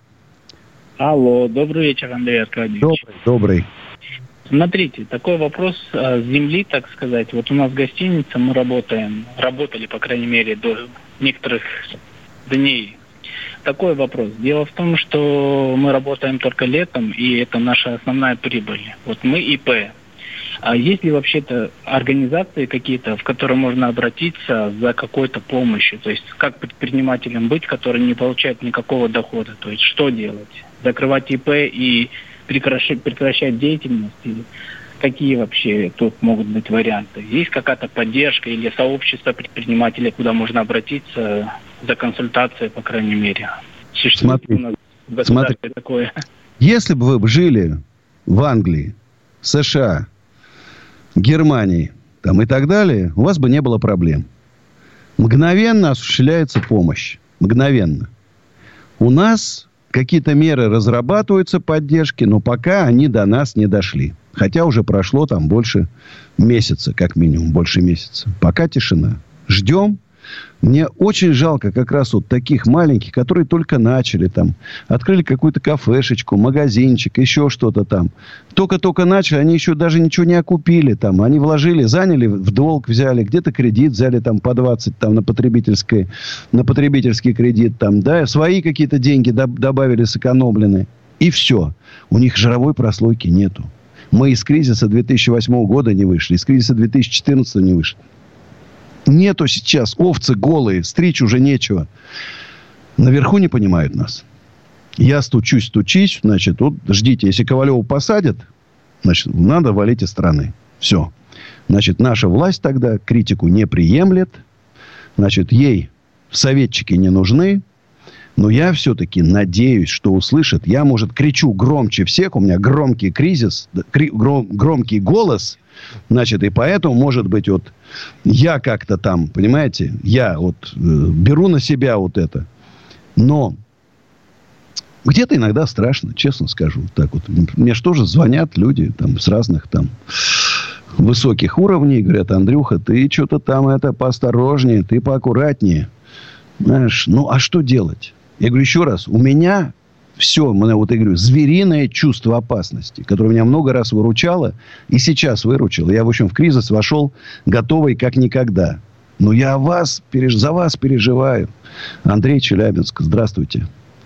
Алло, добрый вечер, Андрей Аркадьевич. Добрый, добрый. Смотрите, такой вопрос с земли, так сказать. Вот у нас гостиница, мы работаем, работали, по крайней мере, до некоторых дней. Такой вопрос. Дело в том, что мы работаем только летом, и это наша основная прибыль. Вот мы ИП. А есть ли вообще-то организации какие-то, в которые можно обратиться за какой-то помощью? То есть как предпринимателям быть, которые не получают никакого дохода? То есть что делать? Закрывать ИП и прекращать, прекращать деятельность? Или какие вообще тут могут быть варианты? Есть какая-то поддержка или сообщество предпринимателей, куда можно обратиться за консультацией, по крайней мере? Существует Смотри, у нас в государстве такое? Если бы вы жили в Англии, США, Германии там, и так далее, у вас бы не было проблем. Мгновенно осуществляется помощь. Мгновенно. У нас какие-то меры разрабатываются, поддержки, но пока они до нас не дошли. Хотя уже прошло там больше месяца, как минимум, больше месяца. Пока тишина. Ждем. Мне очень жалко как раз вот таких маленьких, которые только начали там. Открыли какую-то кафешечку, магазинчик, еще что-то там. Только-только начали, они еще даже ничего не окупили там. Они вложили, заняли, в долг взяли, где-то кредит взяли там по двадцать там на потребительский, на потребительский кредит там, да. Свои какие-то деньги добавили сэкономленные. И все. У них жировой прослойки нету. Мы из кризиса две тысячи восьмого года не вышли, из кризиса две тысячи четырнадцатого не вышли. Нету сейчас. Овцы голые. Стричь уже нечего. Наверху не понимают нас. Я стучусь, стучись. Значит, вот ждите. Если Ковалеву посадят, значит, надо валить из страны. Все. Значит, наша власть тогда критику не приемлет. Значит, ей советчики не нужны. Но я все-таки надеюсь, что услышат. Я, может, кричу громче всех. У меня громкий кризис, кри, гром, громкий голос. Значит, и поэтому, может быть, вот я как-то там, понимаете, я вот э, беру на себя вот это. Но где-то иногда страшно, честно скажу. Так вот. Мне же тоже звонят люди там, с разных там высоких уровней. Говорят: Андрюха, ты что-то там это поосторожнее, ты поаккуратнее. Знаешь, ну а что делать? Я говорю еще раз, у меня все, вот я говорю, звериное чувство опасности, которое меня много раз выручало и сейчас выручило. Я, в общем, в кризис вошел готовый как никогда. Но я о вас, за вас переживаю. Андрей, Челябинск, здравствуйте.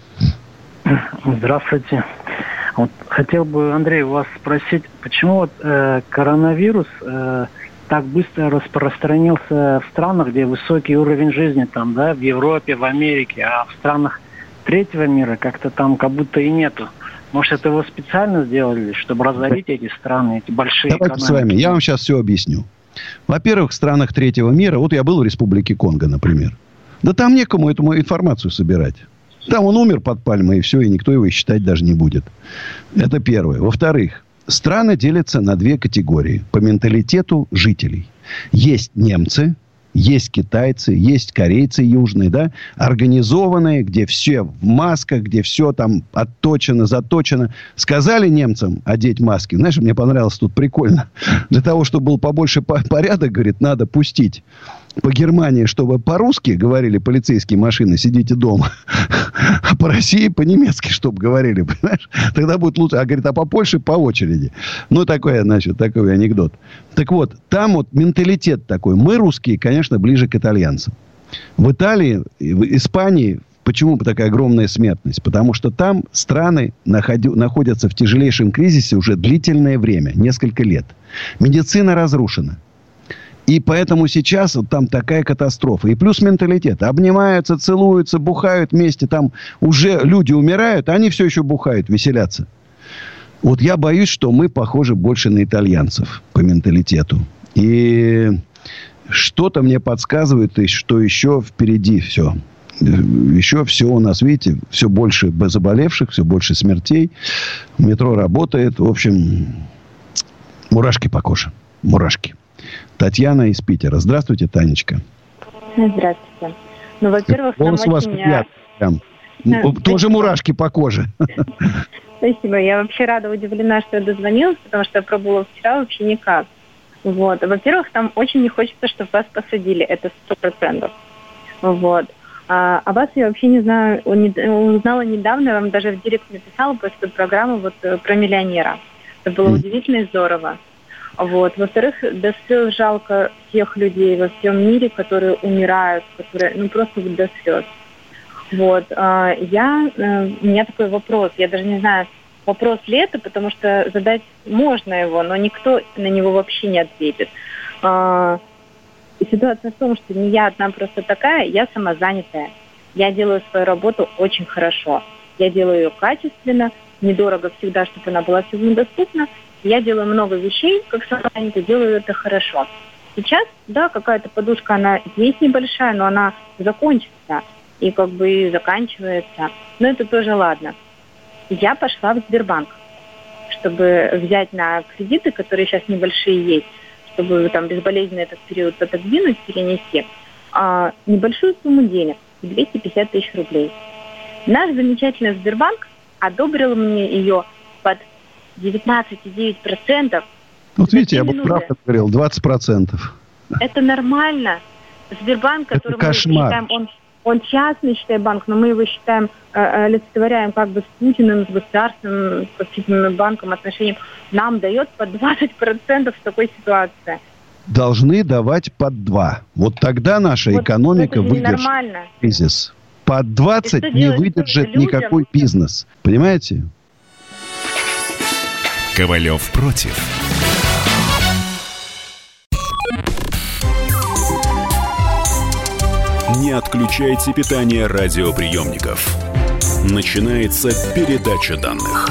Здравствуйте. Вот хотел бы, Андрей, вас спросить, почему вот э, коронавирус э, так быстро распространился в странах, где высокий уровень жизни, там, да, в Европе, в Америке, а в странах третьего мира как-то там как будто и нету. Может, это его специально сделали, чтобы разорить эти страны, эти большие Давайте экономики? с вами, я вам сейчас все объясню. Во-первых, в странах третьего мира, вот я был в Республике Конго, например. Да там некому эту информацию собирать. Там он умер под пальмой, и все, и никто его считать даже не будет. Это первое. Во-вторых, страны делятся на две категории по менталитету жителей. Есть немцы, есть китайцы, есть корейцы южные, да, организованные, где все в масках, где все там отточено, заточено. Сказали немцам одеть маски. Знаешь, мне понравилось тут прикольно. Для того, чтобы был побольше порядок, говорит, надо пустить по Германии, чтобы по-русски говорили полицейские машины, сидите дома. А по России по-немецки, чтобы говорили, понимаешь? Тогда будет лучше. А говорит, а по Польше по очереди. Ну, такой, значит, такой анекдот. Так вот, там вот менталитет такой. Мы, русские, конечно, ближе к итальянцам. В Италии, в Испании, почему такая огромная смертность? Потому что там страны находю, находятся в тяжелейшем кризисе уже длительное время, несколько лет. Медицина разрушена. И поэтому сейчас вот там такая катастрофа. И плюс менталитет. Обнимаются, целуются, бухают вместе. Там уже люди умирают, а они все еще бухают, веселятся. Вот я боюсь, что мы похожи больше на итальянцев по менталитету. И что-то мне подсказывает, что еще впереди все. Еще все у нас, видите, все больше заболевших, все больше смертей. Метро работает. В общем, мурашки по коже. Мурашки. Татьяна из Питера. Здравствуйте, Танечка. Здравствуйте. Ну, во-первых, голос у вас приятный. Прям. А, тоже мурашки по коже. Спасибо. Я вообще рада, удивлена, что я дозвонилась, потому что я пробовала вчера вообще никак. Вот. Во-первых, там очень не хочется, чтобы вас посадили. Это сто процентов. Вот. А, а вас я вообще не знаю, узнала недавно, я вам даже в директ написала после программы вот про миллионера. Это было mm. удивительно и здорово. Вот. Во-вторых, до слез жалко тех людей во всем мире, которые умирают, которые, ну, просто до слез. Вот. А, я, у меня такой вопрос, я даже не знаю, вопрос ли это, потому что задать можно его, но никто на него вообще не ответит. А, ситуация в том, что не я одна просто такая, я самозанятая. Я делаю свою работу очень хорошо. Я делаю ее качественно, недорого всегда, чтобы она была всем доступна. Я делаю много вещей, как самозанятая, делаю это хорошо. Сейчас, да, какая-то подушка, она есть небольшая, но она закончится и как бы и заканчивается. Но это тоже ладно. Я пошла в Сбербанк, чтобы взять на кредиты, которые сейчас небольшие есть, чтобы там безболезненно этот период отодвинуть, перенести, а, небольшую сумму денег, двести пятьдесят тысяч рублей. Наш замечательный Сбербанк одобрил мне ее под девятнадцать целых девять десятых процента. Вот видите, я бы правда говорил, двадцать процентов. Это нормально. Сбербанк, который мы считаем, он, он частный, считаем, банк, но мы его считаем, э, олицетворяем как бы с Путиным, с государственным, с общественным банком отношением, нам дает по двадцать процентов в такой ситуации. Должны давать под два. Вот тогда наша вот экономика выдержит кризис. Под двадцать не выдержит никакой бизнес. Понимаете? Ковалев против. Не отключайте питание радиоприемников. Начинается передача данных.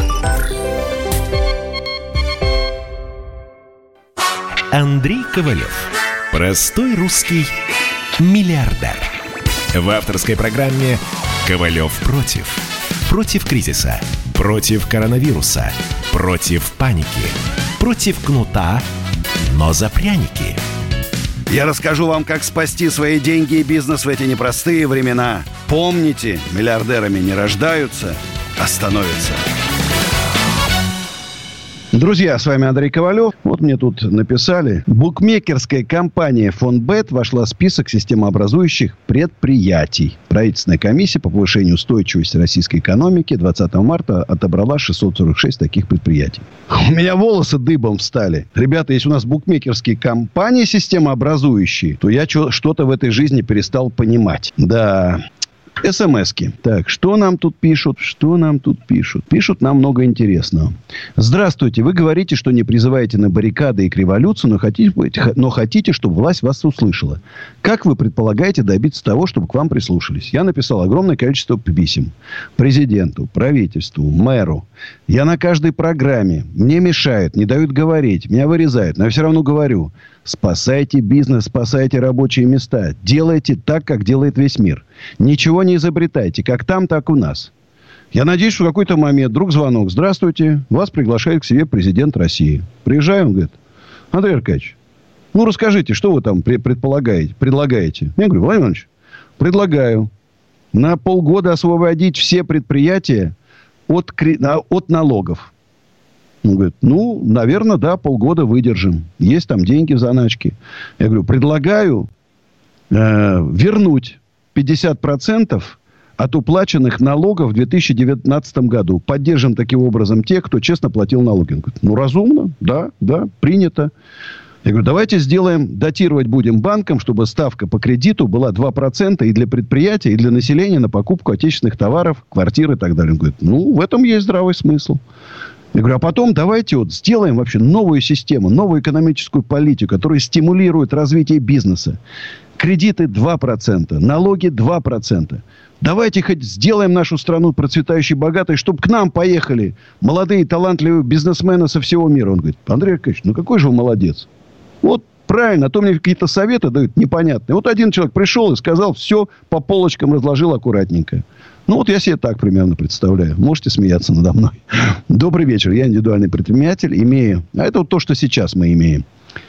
Андрей Ковалев. Простой русский миллиардер. В авторской программе «Ковалев против». Против кризиса. Против коронавируса. Против паники. Против кнута, но за пряники. Я расскажу вам, как спасти свои деньги и бизнес в эти непростые времена. Помните, миллиардерами не рождаются, а становятся. Друзья, с вами Андрей Ковалев. Вот мне тут написали. Букмекерская компания Фонбет вошла в список системообразующих предприятий. Правительственная комиссия по повышению устойчивости российской экономики двадцатого марта отобрала шестьсот сорок шесть таких предприятий. У меня волосы дыбом встали. Ребята, если у нас букмекерские компании системообразующие, то я что-то в этой жизни перестал понимать. Да... СМСки. Так, что нам тут пишут? Что нам тут пишут? Пишут нам много интересного. Здравствуйте. Вы говорите, что не призываете на баррикады и к революции, но хотите, но хотите, чтобы власть вас услышала. Как вы предполагаете добиться того, чтобы к вам прислушались? Я написал огромное количество писем. Президенту, правительству, мэру. Я на каждой программе. Мне мешают, не дают говорить. Меня вырезают. Но я все равно говорю. Спасайте бизнес, спасайте рабочие места. Делайте так, как делает весь мир. Ничего не изобретайте. Как там, так у нас. Я надеюсь, что в какой-то момент вдруг звонок. Здравствуйте. Вас приглашает к себе президент России. Приезжаю, он говорит. Андрей Аркадьевич, ну расскажите, что вы там предполагаете, предлагаете? Я говорю, Владимир Иванович, предлагаю на полгода освободить все предприятия от, от налогов. Он говорит, ну, наверное, да, полгода выдержим. Есть там деньги в заначке. Я говорю, предлагаю э, вернуть пятьдесят процентов от уплаченных налогов в две тысячи девятнадцатом году. Поддержим таким образом тех, кто честно платил налоги. Он говорит, ну, разумно, да, да, принято. Я говорю, давайте сделаем, датировать будем банкам, чтобы ставка по кредиту была два процента и для предприятий, и для населения на покупку отечественных товаров, квартир и так далее. Он говорит, ну, в этом есть здравый смысл. Я говорю, а потом давайте вот сделаем вообще новую систему, новую экономическую политику, которая стимулирует развитие бизнеса. Кредиты два процента, налоги два процента. Давайте хоть сделаем нашу страну процветающей, богатой, чтобы к нам поехали молодые, талантливые бизнесмены со всего мира. Он говорит, Андрей Аркадьевич, ну какой же вы молодец. Вот правильно, а то мне какие-то советы дают непонятные. Вот один человек пришел и сказал, все по полочкам разложил аккуратненько. Ну, вот я себе так примерно представляю. Можете смеяться надо мной. Добрый вечер. Я индивидуальный предприниматель. Имею... А это вот то, что сейчас мы имеем.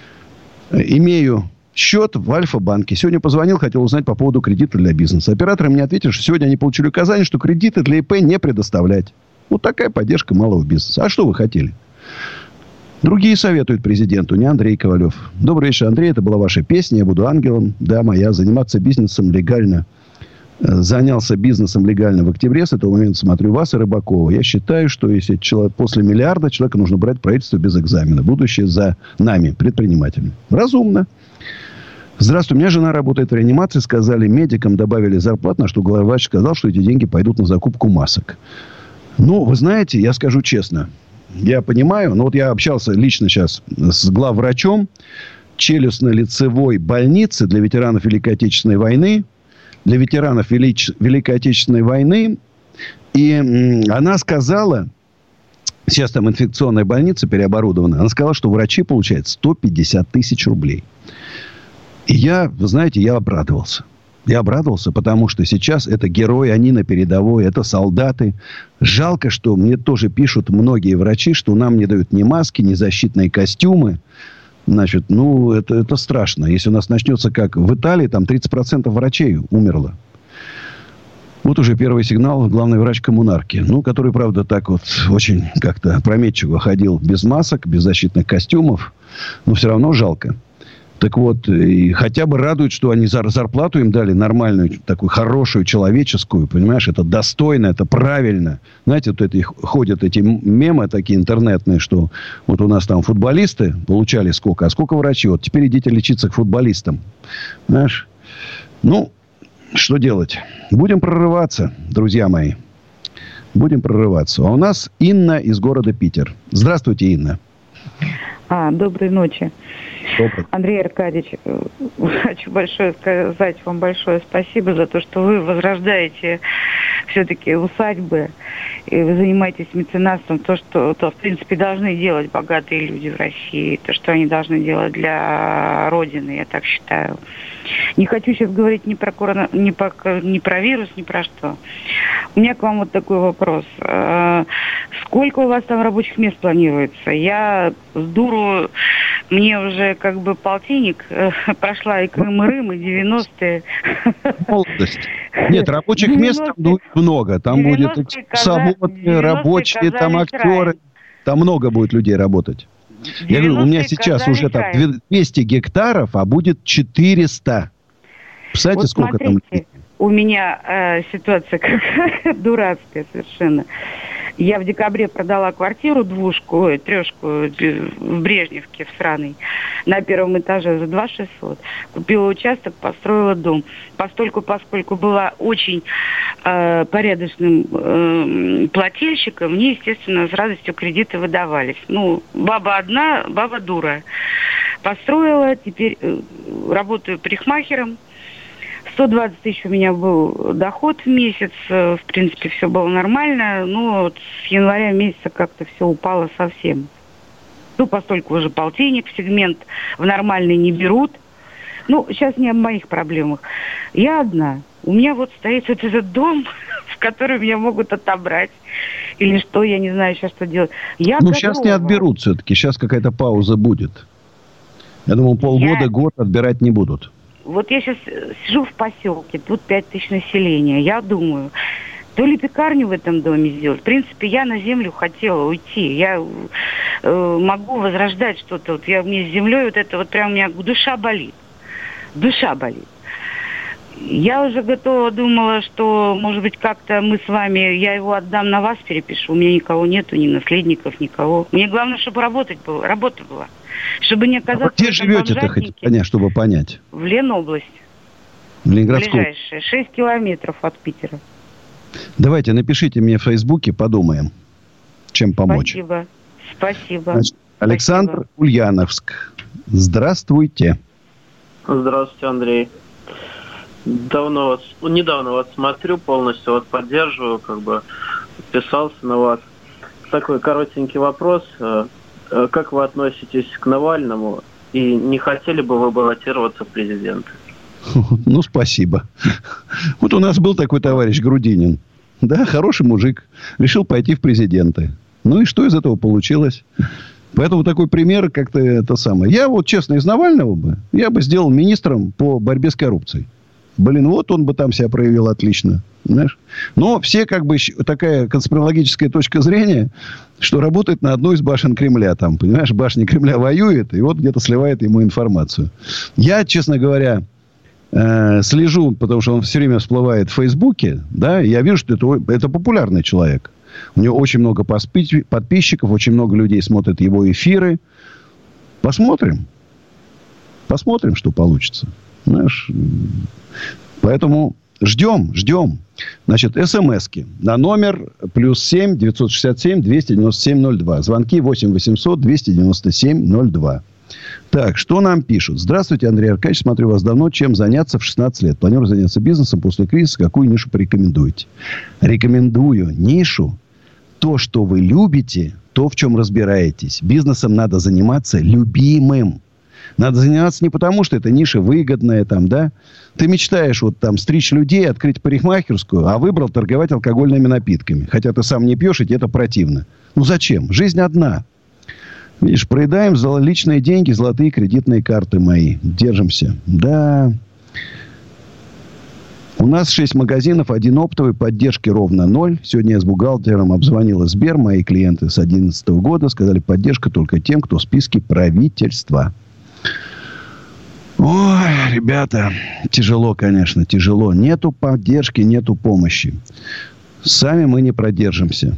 Имею счет в Альфа-банке. Сегодня позвонил, хотел узнать по поводу кредита для бизнеса. Операторы мне ответили, что сегодня они получили указание, что кредиты для ИП не предоставлять. Вот такая поддержка малого бизнеса. А что вы хотели? Другие советуют президенту, не Андрей Ковалев. Добрый вечер, Андрей. Это была ваша песня. Я буду ангелом. Да, моя. Заниматься бизнесом легально. Занялся бизнесом легально в октябре. С этого момента смотрю вас и Рыбакова. Я считаю, что если человек, после миллиарда человека нужно брать правительство без экзамена. Будущее за нами, предпринимателями. Разумно. Здравствуй, у меня жена работает в реанимации. Сказали, медикам добавили зарплат, на что главврач сказал, что эти деньги пойдут на закупку масок. Ну, вы знаете, я скажу честно. Я понимаю, но вот я общался лично сейчас с главврачом челюстно-лицевой больницы для ветеранов Великой Отечественной войны. Для ветеранов Велич... Великой Отечественной войны. И м, она сказала, сейчас там инфекционная больница переоборудована, она сказала, что врачи получают сто пятьдесят тысяч рублей. И я, вы знаете, я обрадовался. Я обрадовался, потому что сейчас это герои, они на передовой, это солдаты. Жалко, что мне тоже пишут многие врачи, что нам не дают ни маски, ни защитные костюмы. Значит, ну, это, это страшно. Если у нас начнется, как в Италии, там тридцать процентов врачей умерло. Вот уже первый сигнал, главный врач коммунарки. Ну, который, правда, так вот очень как-то опрометчиво ходил без масок, без защитных костюмов. Но все равно жалко. Так вот, и хотя бы радует, что они зарплату им дали нормальную, такую хорошую, человеческую, понимаешь, это достойно, это правильно. Знаете, вот это ходят эти мемы такие интернетные, что вот у нас там футболисты получали сколько, а сколько врачи, вот теперь идите лечиться к футболистам. Знаешь, ну, что делать? Будем прорываться, друзья мои. Будем прорываться. А у нас Инна из города Питер. Здравствуйте, Инна. А, доброй ночи. Добрый. Андрей Аркадьевич, хочу большое сказать вам большое спасибо за то, что вы возрождаете все-таки усадьбы, и вы занимаетесь меценатством, то, что, то, в принципе, должны делать богатые люди в России, то, что они должны делать для Родины, я так считаю. Не хочу сейчас говорить ни про, корона, ни, про, ни про вирус, ни про что. У меня к вам вот такой вопрос. Сколько у вас там рабочих мест планируется? Я с дуру, мне уже как бы полтинник, прошла и Крым, и Рым, и девяностые. Молодость. Нет, рабочих мест там будет много. Там будет экскурсоводы, рабочие, там актеры. Там много будет людей работать. Я говорю, у меня сейчас уже там двести гектаров, а будет четыреста. Представляете, вот сколько смотрите, там людей? У меня э, ситуация какая дурацкая совершенно. Я в декабре продала квартиру, двушку, ой, трешку в Брежневке, в сраной, на первом этаже за два тысячи шестьсот. Купила участок, построила дом. Постольку, поскольку была очень э, порядочным э, плательщиком, мне, естественно, с радостью кредиты выдавались. Ну, баба одна, баба дура. Построила, теперь э, работаю парикмахером. сто двадцать тысяч у меня был доход в месяц, в принципе, все было нормально, но вот с января месяца как-то все упало совсем. Ну, постольку уже полтинник, сегмент в нормальный не берут. Ну, сейчас не о моих проблемах. Я одна. У меня вот стоит вот этот дом, в который меня могут отобрать. Или что, я не знаю сейчас, что делать. Я ну, готова. Сейчас не отберут все-таки, сейчас какая-то пауза будет. Я думаю, полгода, я... год отбирать не будут. Вот я сейчас сижу в поселке, тут пять тысяч населения. Я думаю, то ли пекарню в этом доме сделать. В принципе, я на землю хотела уйти. Я э, могу возрождать что-то. Вот я, мне с землей вот это вот прям у меня душа болит. Душа болит. Я уже готова думала, что, может быть, как-то мы с вами, я его отдам на вас, перепишу. У меня никого нету, ни наследников, никого. Мне главное, чтобы работать было, работа была. Чтобы не оказаться... А где живете-то, хоть понять, чтобы понять? В Ленобласть. В Ленинградскую? Ближайшая. шесть километров от Питера. Давайте, напишите мне в Фейсбуке, подумаем, чем помочь. Спасибо. Спасибо. Значит, Александр, Спасибо. Ульяновск. Здравствуйте. Здравствуйте, Андрей. Давно вас, недавно вас смотрю, полностью вас поддерживаю, как бы подписался на вас. Такой коротенький вопрос. Как вы относитесь к Навальному и не хотели бы вы баллотироваться в президенты? Ну, спасибо. Вот у нас был такой товарищ Грудинин. Да, хороший мужик. Решил пойти в президенты. Ну и что из этого получилось? Поэтому такой пример как-то это самое. Я вот, честно, из Навального бы, я бы сделал министром по борьбе с коррупцией. Блин, вот он бы там себя проявил отлично. Знаешь? Но все как бы такая конспирологическая точка зрения, что работает на одной из башен Кремля. Там, понимаешь, башня Кремля воюет, и вот где-то сливает ему информацию. Я, честно говоря, э, слежу, потому что он все время всплывает в Фейсбуке. Да, я вижу, что это, это популярный человек. У него очень много подписчиков, очень много людей смотрят его эфиры. Посмотрим. Посмотрим, что получится. Знаешь, поэтому ждем, ждем. Значит, смски на номер плюс семь девятьсот шестьдесят семь двести девяносто семь ноль два. Звонки восемь восемьсот двести девяносто семь ноль два. Так, что нам пишут? Здравствуйте, Андрей Аркадьевич. Смотрю вас давно. Чем заняться в шестнадцать лет? Планирую заняться бизнесом после кризиса. Какую нишу порекомендуете? Рекомендую нишу. То, что вы любите, то, в чем разбираетесь. Бизнесом надо заниматься любимым. Надо заниматься не потому, что эта ниша выгодная, там, да. Ты мечтаешь вот там стричь людей, открыть парикмахерскую, а выбрал торговать алкогольными напитками. Хотя ты сам не пьешь, и тебе это противно. Ну, зачем? Жизнь одна. Видишь, проедаем за личные деньги, золотые кредитные карты мои. Держимся. Да. У нас шесть магазинов, один оптовый, поддержки ровно ноль. Сегодня я с бухгалтером обзвонила Сбер. Мои клиенты с две тысячи одиннадцатого года сказали, поддержка только тем, кто в списке правительства. Ой, ребята, тяжело, конечно, тяжело. Нету поддержки, нету помощи. Сами мы не продержимся.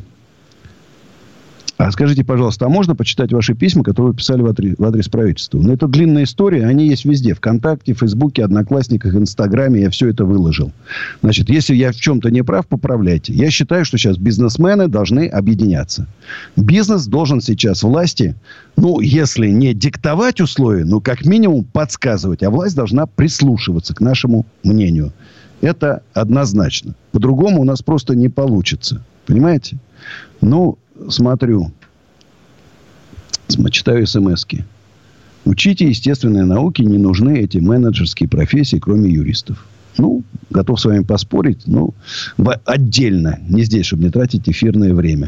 А скажите, пожалуйста, а можно почитать ваши письма, которые вы писали в адрес, в адрес правительства? Ну, это длинная история, они есть везде. ВКонтакте, Фейсбуке, Одноклассниках, Инстаграме. Я все это выложил. Значит, если я в чем-то не прав, поправляйте. Я считаю, что сейчас бизнесмены должны объединяться. Бизнес должен сейчас власти, ну, если не диктовать условия, ну, как минимум подсказывать. А власть должна прислушиваться к нашему мнению. Это однозначно. По-другому у нас просто не получится. Понимаете? Ну, смотрю. Читаю смски. Учите естественные науки. Не нужны эти менеджерские профессии, кроме юристов. Ну, готов с вами поспорить. Ну, отдельно. Не здесь, чтобы не тратить эфирное время.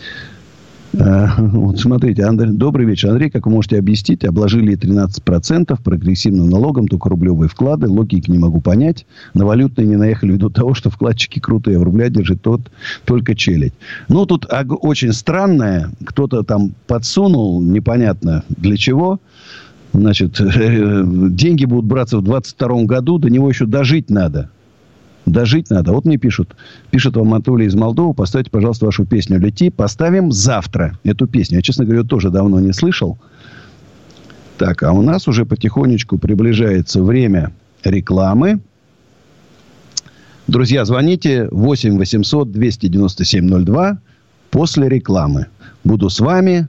Вот смотрите, Андрей, добрый вечер. Андрей, как вы можете объяснить, обложили тринадцать процентов прогрессивным налогом, только рублевые вклады. Логики не могу понять. На валютные не наехали ввиду того, что вкладчики крутые, а в рубля держит тот только челядь. Ну, тут очень странное. Кто-то там подсунул, непонятно для чего. Значит, деньги будут браться в двадцать втором году. До него еще дожить надо. Дожить надо. Вот мне пишут. Пишет вам Анатолий из Молдовы. Поставьте, пожалуйста, вашу песню «Лети». Поставим завтра эту песню. Я, честно говоря, тоже давно не слышал. Так, а у нас уже потихонечку приближается время рекламы. Друзья, звоните восемь восемьсот двести девяносто семь ноль два после рекламы. Буду с вами.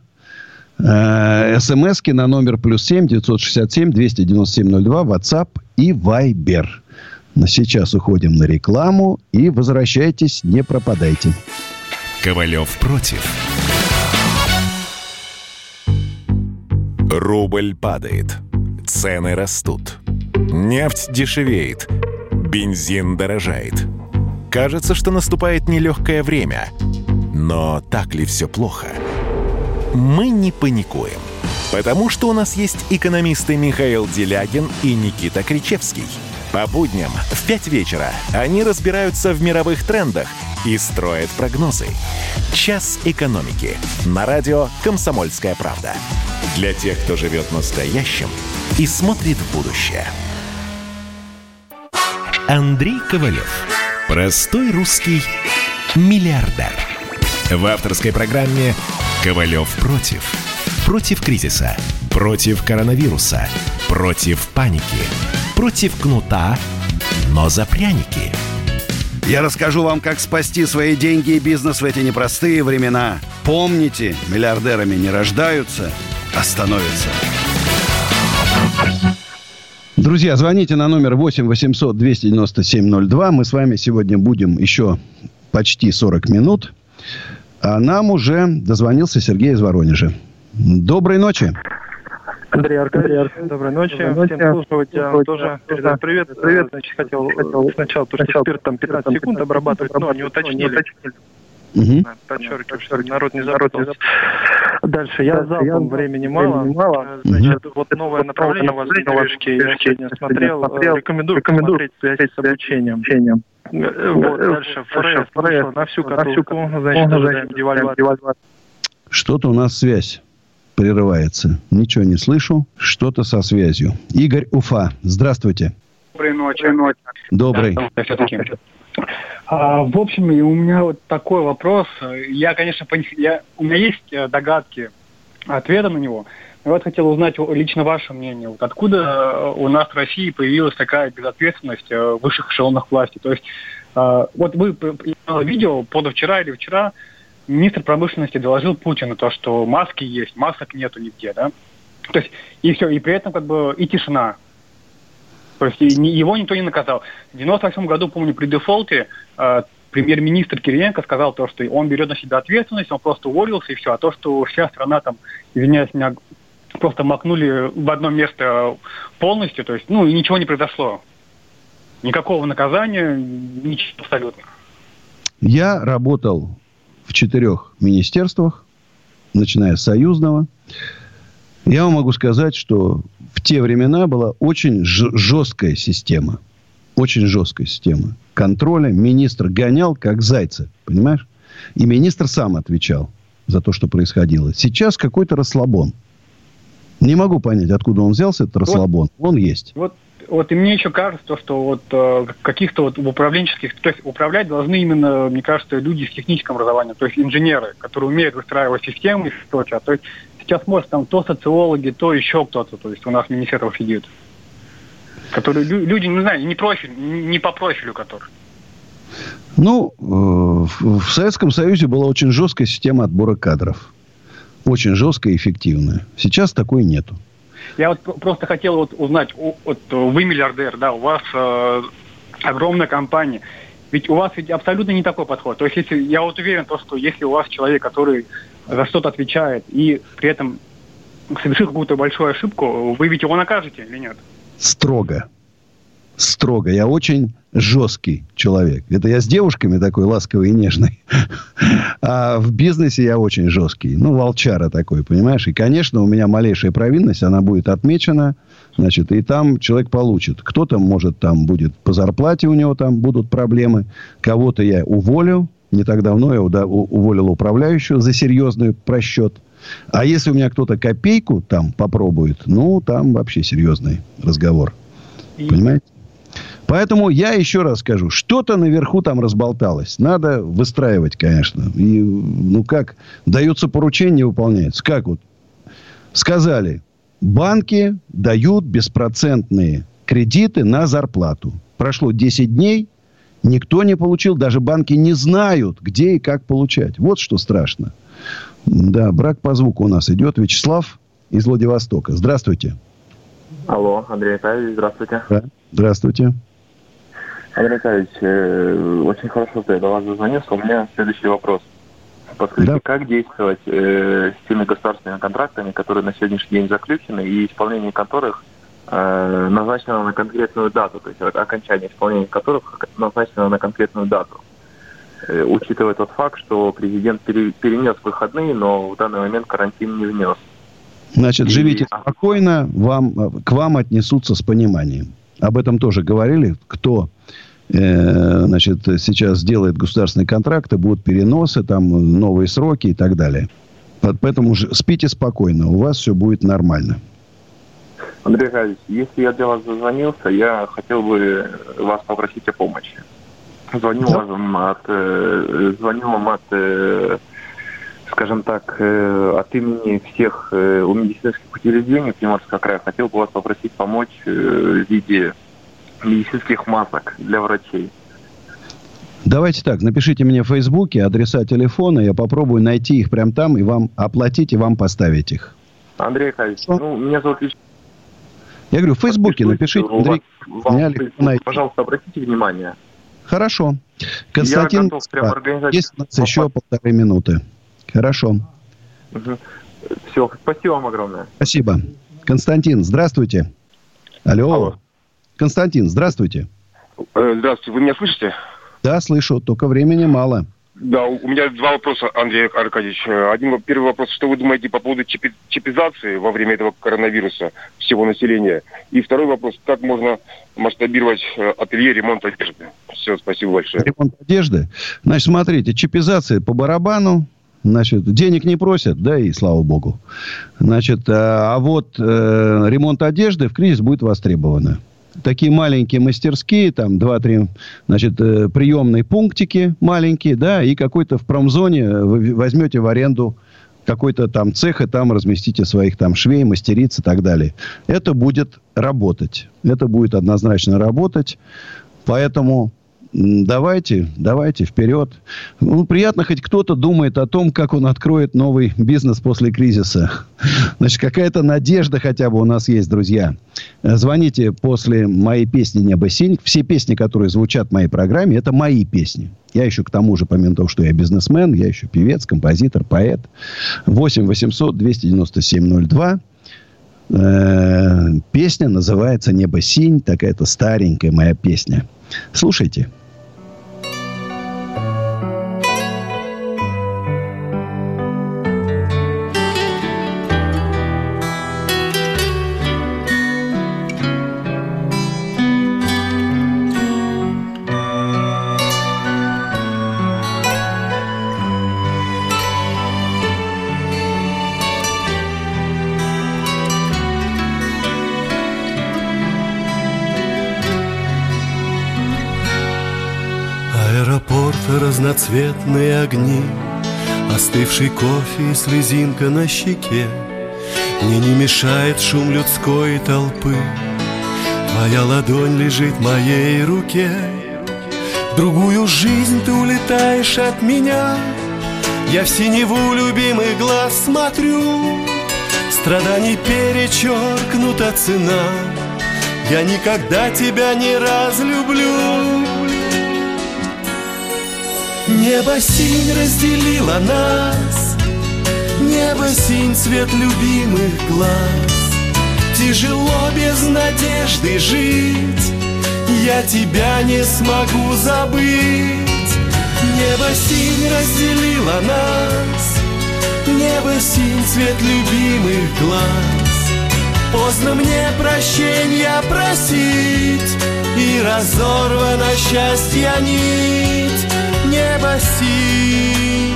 СМСки на номер плюс семь девятьсот шестьдесят семь двести девяносто семь ноль два, WhatsApp и Viber. Сейчас уходим на рекламу и возвращайтесь, не пропадайте. Ковалев против. Рубль падает. Цены растут. Нефть дешевеет. Бензин дорожает. Кажется, что наступает нелегкое время. Но так ли все плохо? Мы не паникуем. Потому что у нас есть экономисты Михаил Делягин и Никита Кричевский. По будням в пять вечера они разбираются в мировых трендах и строят прогнозы. «Час экономики» на радио «Комсомольская правда». Для тех, кто живет настоящим и смотрит в будущее. Андрей Ковалев. Простой русский миллиардер. В авторской программе «Ковалев против». Против кризиса, против коронавируса, против паники, против кнута, но за пряники. Я расскажу вам, как спасти свои деньги и бизнес в эти непростые времена. Помните, миллиардерами не рождаются, а становятся. Друзья, звоните на номер восемь восемьсот двести девяносто семь ноль два. Мы с вами сегодня будем еще почти сорок минут. А нам уже дозвонился Сергей из Воронежа. Доброй ночи. Андрей Аркадьевич, доброй ночи. Доброй Всем слушателям тоже передаю привет. Привет. Значит, хотел, хотел сначала, то, что спирт там пятнадцать секунд обрабатывать, но не уточнили. Угу. Подчеркиваю, что народ не запутался. Дальше. Я залпом, времени мало. мало. Значит, угу. вот новое направление у вас в движке. Я сегодня смотрел. Рекомендую посмотреть связь с обучением. Вот, дальше. ФРС пошел на всю катушку. Значит, ожидаем девальвацию. Что-то у нас связь прерывается. Ничего не слышу. Что-то со связью. Игорь, Уфа. Здравствуйте. Доброй ночи. Добрый. А, в общем, у меня вот такой вопрос. Я, конечно, я, у меня есть догадки, ответы на него. Но вот хотел узнать лично ваше мнение. Вот откуда у нас в России появилась такая безответственность в высших эшелонах власти? То есть, вот вы видео позавчера или вчера министр промышленности доложил Путину то, что маски есть, масок нету нигде, да? То есть, и все, и при этом как бы и тишина. То есть, его никто не наказал. В девяносто восьмом году, помню, при дефолте э, премьер-министр Кириенко сказал то, что он берет на себя ответственность, он просто уволился, и все. А то, что вся страна там, извиняюсь, меня просто макнули в одно место полностью, то есть, ну, и ничего не произошло. Никакого наказания, ничего абсолютно. Я работал в четырех министерствах, начиная с союзного. Я вам могу сказать, что в те времена была очень ж- жесткая система. Очень жесткая система контроля. Министр гонял, как зайца. Понимаешь? И министр сам отвечал за то, что происходило. Сейчас какой-то расслабон. Не могу понять, откуда он взялся, этот расслабон. Вот, он есть. Вот, вот и мне еще кажется, что вот э, каких-то вот управленческих... То есть управлять должны именно, мне кажется, люди с техническим образованием. То есть инженеры, которые умеют выстраивать системы и прочее. То есть сейчас, может, там то социологи, то еще кто-то. То есть у нас в министерствах сидит. Которые люди, не знаю, не профиль, не по профилю которые. Ну, в Советском Союзе была очень жесткая система отбора кадров. Очень жесткая и эффективная. Сейчас такой нету. Я вот просто хотел вот узнать, вот вы миллиардер, да, у вас э, огромная компания. Ведь у вас ведь абсолютно не такой подход. То есть, если я вот уверен, то, что если у вас человек, который за что-то отвечает и при этом совершил какую-то большую ошибку, вы ведь его накажете или нет? Строго. Строго. Я очень жесткий человек. Это я с девушками такой ласковый и нежный. А в бизнесе я очень жесткий. Ну, волчара такой, понимаешь? И, конечно, у меня малейшая провинность, она будет отмечена. Значит, и там человек получит. Кто-то, может, там будет по зарплате, у него там будут проблемы. Кого-то я уволю. Не так давно я уволил управляющего за серьезный просчет. А если у меня кто-то копейку там попробует, ну, там вообще серьезный разговор. И... Понимаете? Поэтому я еще раз скажу, что-то наверху там разболталось. Надо выстраивать, конечно. И, ну, как дается поручение, не выполняется. Как вот сказали, банки дают беспроцентные кредиты на зарплату. Прошло десять дней, никто не получил. Даже банки не знают, где и как получать. Вот что страшно. Да, брак по звуку у нас идет. Вячеслав из Владивостока. Здравствуйте. Алло, Андрей Витальевич, здравствуйте. Да, здравствуйте. Андрей Витальевич, э, очень хорошо, что я до вас дозвонился. У меня следующий вопрос. Подскажите, да. Как действовать э, с теми государственными контрактами, которые на сегодняшний день заключены, и исполнение которых э, назначено на конкретную дату, то есть окончание исполнения которых назначено на конкретную дату, э, учитывая тот факт, что президент пере, перенес выходные, но в данный момент карантин не внес. Значит, живите спокойно, вам, к вам отнесутся с пониманием. Об этом тоже говорили. Кто э, значит, сейчас делает государственные контракты, будут переносы, там, новые сроки и так далее. Поэтому спите спокойно, у вас все будет нормально. Андрей Аркадьевич, если я для вас зазвонился, я хотел бы вас попросить о помощи. Звоню да. вам от, э, звоню вам от, э, скажем так, э, от имени всех э, у медицинских учреждений Приморского края. Хотел бы вас попросить помочь э, в виде медицинских масок для врачей. Давайте так, напишите мне в Фейсбуке адреса телефона, я попробую найти их прямо там и вам оплатить, и вам поставить их. Андрей Аркадьевич, ну, меня зовут Ильич. Я говорю, в Фейсбуке напишите, Андрей, вам, вам, пожалуйста, обратите внимание. Хорошо. Константин, есть у нас еще полторы минуты. Хорошо. Угу. Все, спасибо вам огромное. Спасибо. Константин, здравствуйте. Алло. Алло. Константин, здравствуйте. Здравствуйте, вы меня слышите? Да, слышу, только времени мало. Да, у меня два вопроса, Андрей Аркадьевич. Один, первый вопрос, что вы думаете по поводу чипи- чипизации во время этого коронавируса всего населения? И второй вопрос, как можно масштабировать ателье ремонт одежды? Все, спасибо большое. Ремонт одежды? Значит, смотрите, чипизация по барабану. Значит, денег не просят, да, и слава богу. Значит, а вот э, ремонт одежды в кризис будет востребовано. Такие маленькие мастерские, там, два-три, значит, э, приемные пунктики маленькие, да, и какой-то в промзоне вы возьмете в аренду какой-то там цех, и там разместите своих там швей, мастериц и так далее. Это будет работать. Это будет однозначно работать. Поэтому давайте, давайте вперед. Ну, приятно, хоть кто-то думает о том, как он откроет новый бизнес после кризиса. Значит, какая-то надежда хотя бы у нас есть, друзья. Звоните после моей песни «Небо синь». Все песни, которые звучат в моей программе, это мои песни. Я еще к тому же, помимо того, что я бизнесмен, я еще певец, композитор, поэт. восемь восемьсот двести девяносто семь ноль два. Песня называется «Небо синь». Такая-то старенькая моя песня. Слушайте. Разноцветные огни, остывший кофе и слезинка на щеке. Мне не мешает шум людской толпы. Твоя ладонь лежит в моей руке. В другую жизнь ты улетаешь от меня. Я в синеву любимых глаз смотрю. Страданий перечеркнута цена. Я никогда тебя не разлюблю. Небо синь разделило нас, небо синь цвет любимых глаз. Тяжело без надежды жить, я тебя не смогу забыть. Небо синь разделило нас, небо синь цвет любимых глаз. Поздно мне прощенья просить, и разорвана счастья нить. Небо синь,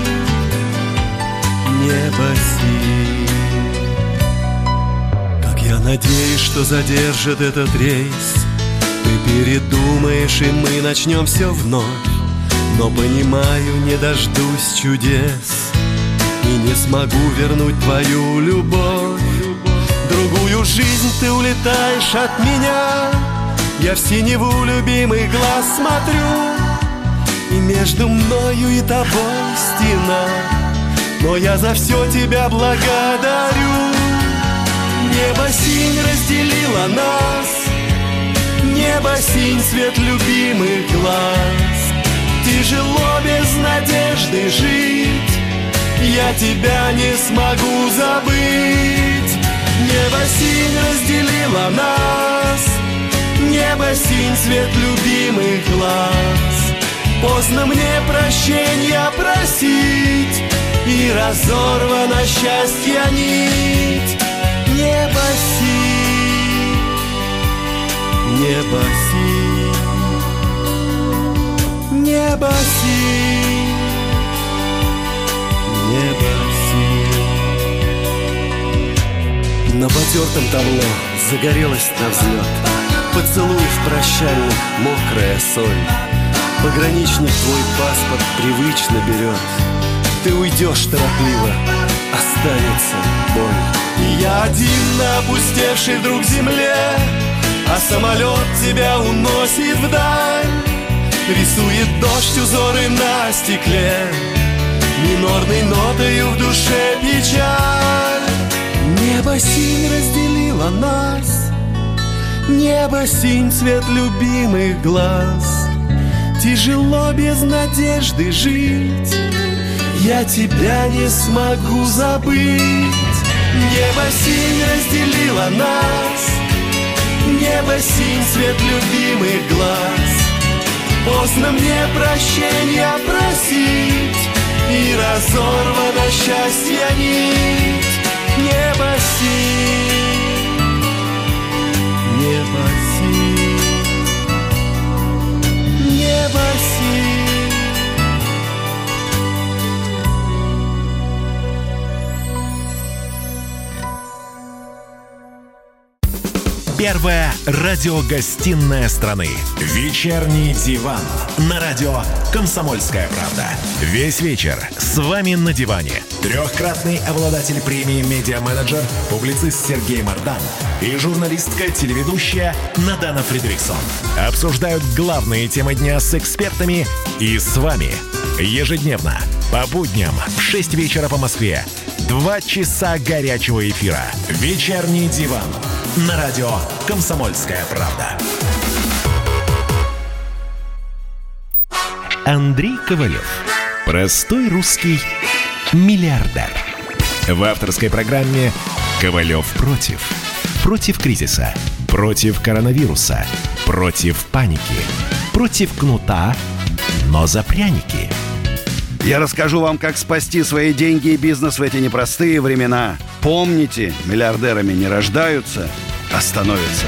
небо синь. Как я надеюсь, что задержит этот рейс. Ты передумаешь, и мы начнем все вновь. Но понимаю, не дождусь чудес и не смогу вернуть твою любовь. Другую жизнь ты улетаешь от меня. Я в синеву любимый глаз смотрю. И между мною и тобой стена, но я за все тебя благодарю. Небо синь разделило нас, небо синь цвет любимых глаз. Тяжело без надежды жить, я тебя не смогу забыть. Небо синь разделило нас, небо синь цвет любимых глаз. Поздно мне прощенья просить, и разорвана счастья нить. Небо синь, небо синь, небо синь, небо синь. На потертом табло загорелась на взлет. Поцелуев прощальных мокрая соль. Пограничник твой паспорт привычно берет. Ты уйдешь торопливо, останется боль. И я один на опустевшей вдруг земле, а самолет тебя уносит вдаль. Рисует дождь узоры на стекле, минорной нотою в душе печаль. Небо синь разделило нас, небо синь цвет любимых глаз. Тяжело без надежды жить, я тебя не смогу забыть. Небо синь разделило нас, небо синь цвет любимых глаз. Поздно мне прощения просить, и разорвана счастья нить. Небо синь, небо синь, небо синь. Первая радиогостинная страны. Вечерний диван. На радио «Комсомольская правда». Весь вечер с вами на диване. Трехкратный обладатель премии «Медиа-менеджер», публицист Сергей Мардан и журналистка-телеведущая Надана Фридриксон обсуждают главные темы дня с экспертами и с вами. Ежедневно, по будням в шесть вечера по Москве. Два часа горячего эфира. Вечерний диван. На радио «Комсомольская правда». Андрей Ковалев. Простой русский миллиардер. В авторской программе «Ковалев против». Против кризиса, против коронавируса, против паники, против кнута, но за пряники. Я расскажу вам, как спасти свои деньги и бизнес в эти непростые времена. Помните, миллиардерами не рождаются, а становятся.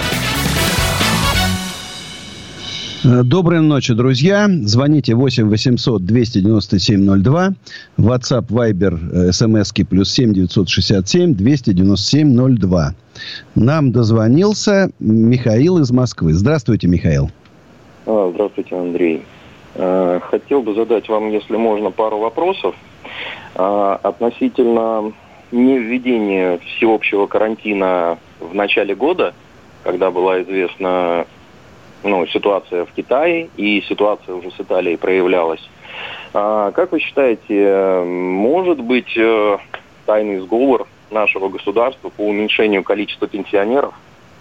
Доброй ночи, друзья. Звоните восемь восемьсот двести девяносто семь ноль два. WhatsApp, Viber, смски плюс семь девятьсот шестьдесят семь двести девяносто семь ноль два. Нам дозвонился Михаил из Москвы. Здравствуйте, Михаил. А, здравствуйте, Андрей. А, хотел бы задать вам, если можно, пару вопросов а, относительно невведения всеобщего карантина в начале года, когда была известна ну, ситуация в Китае, и ситуация уже с Италией проявлялась. А, как вы считаете, может быть э, тайный сговор нашего государства по уменьшению количества пенсионеров?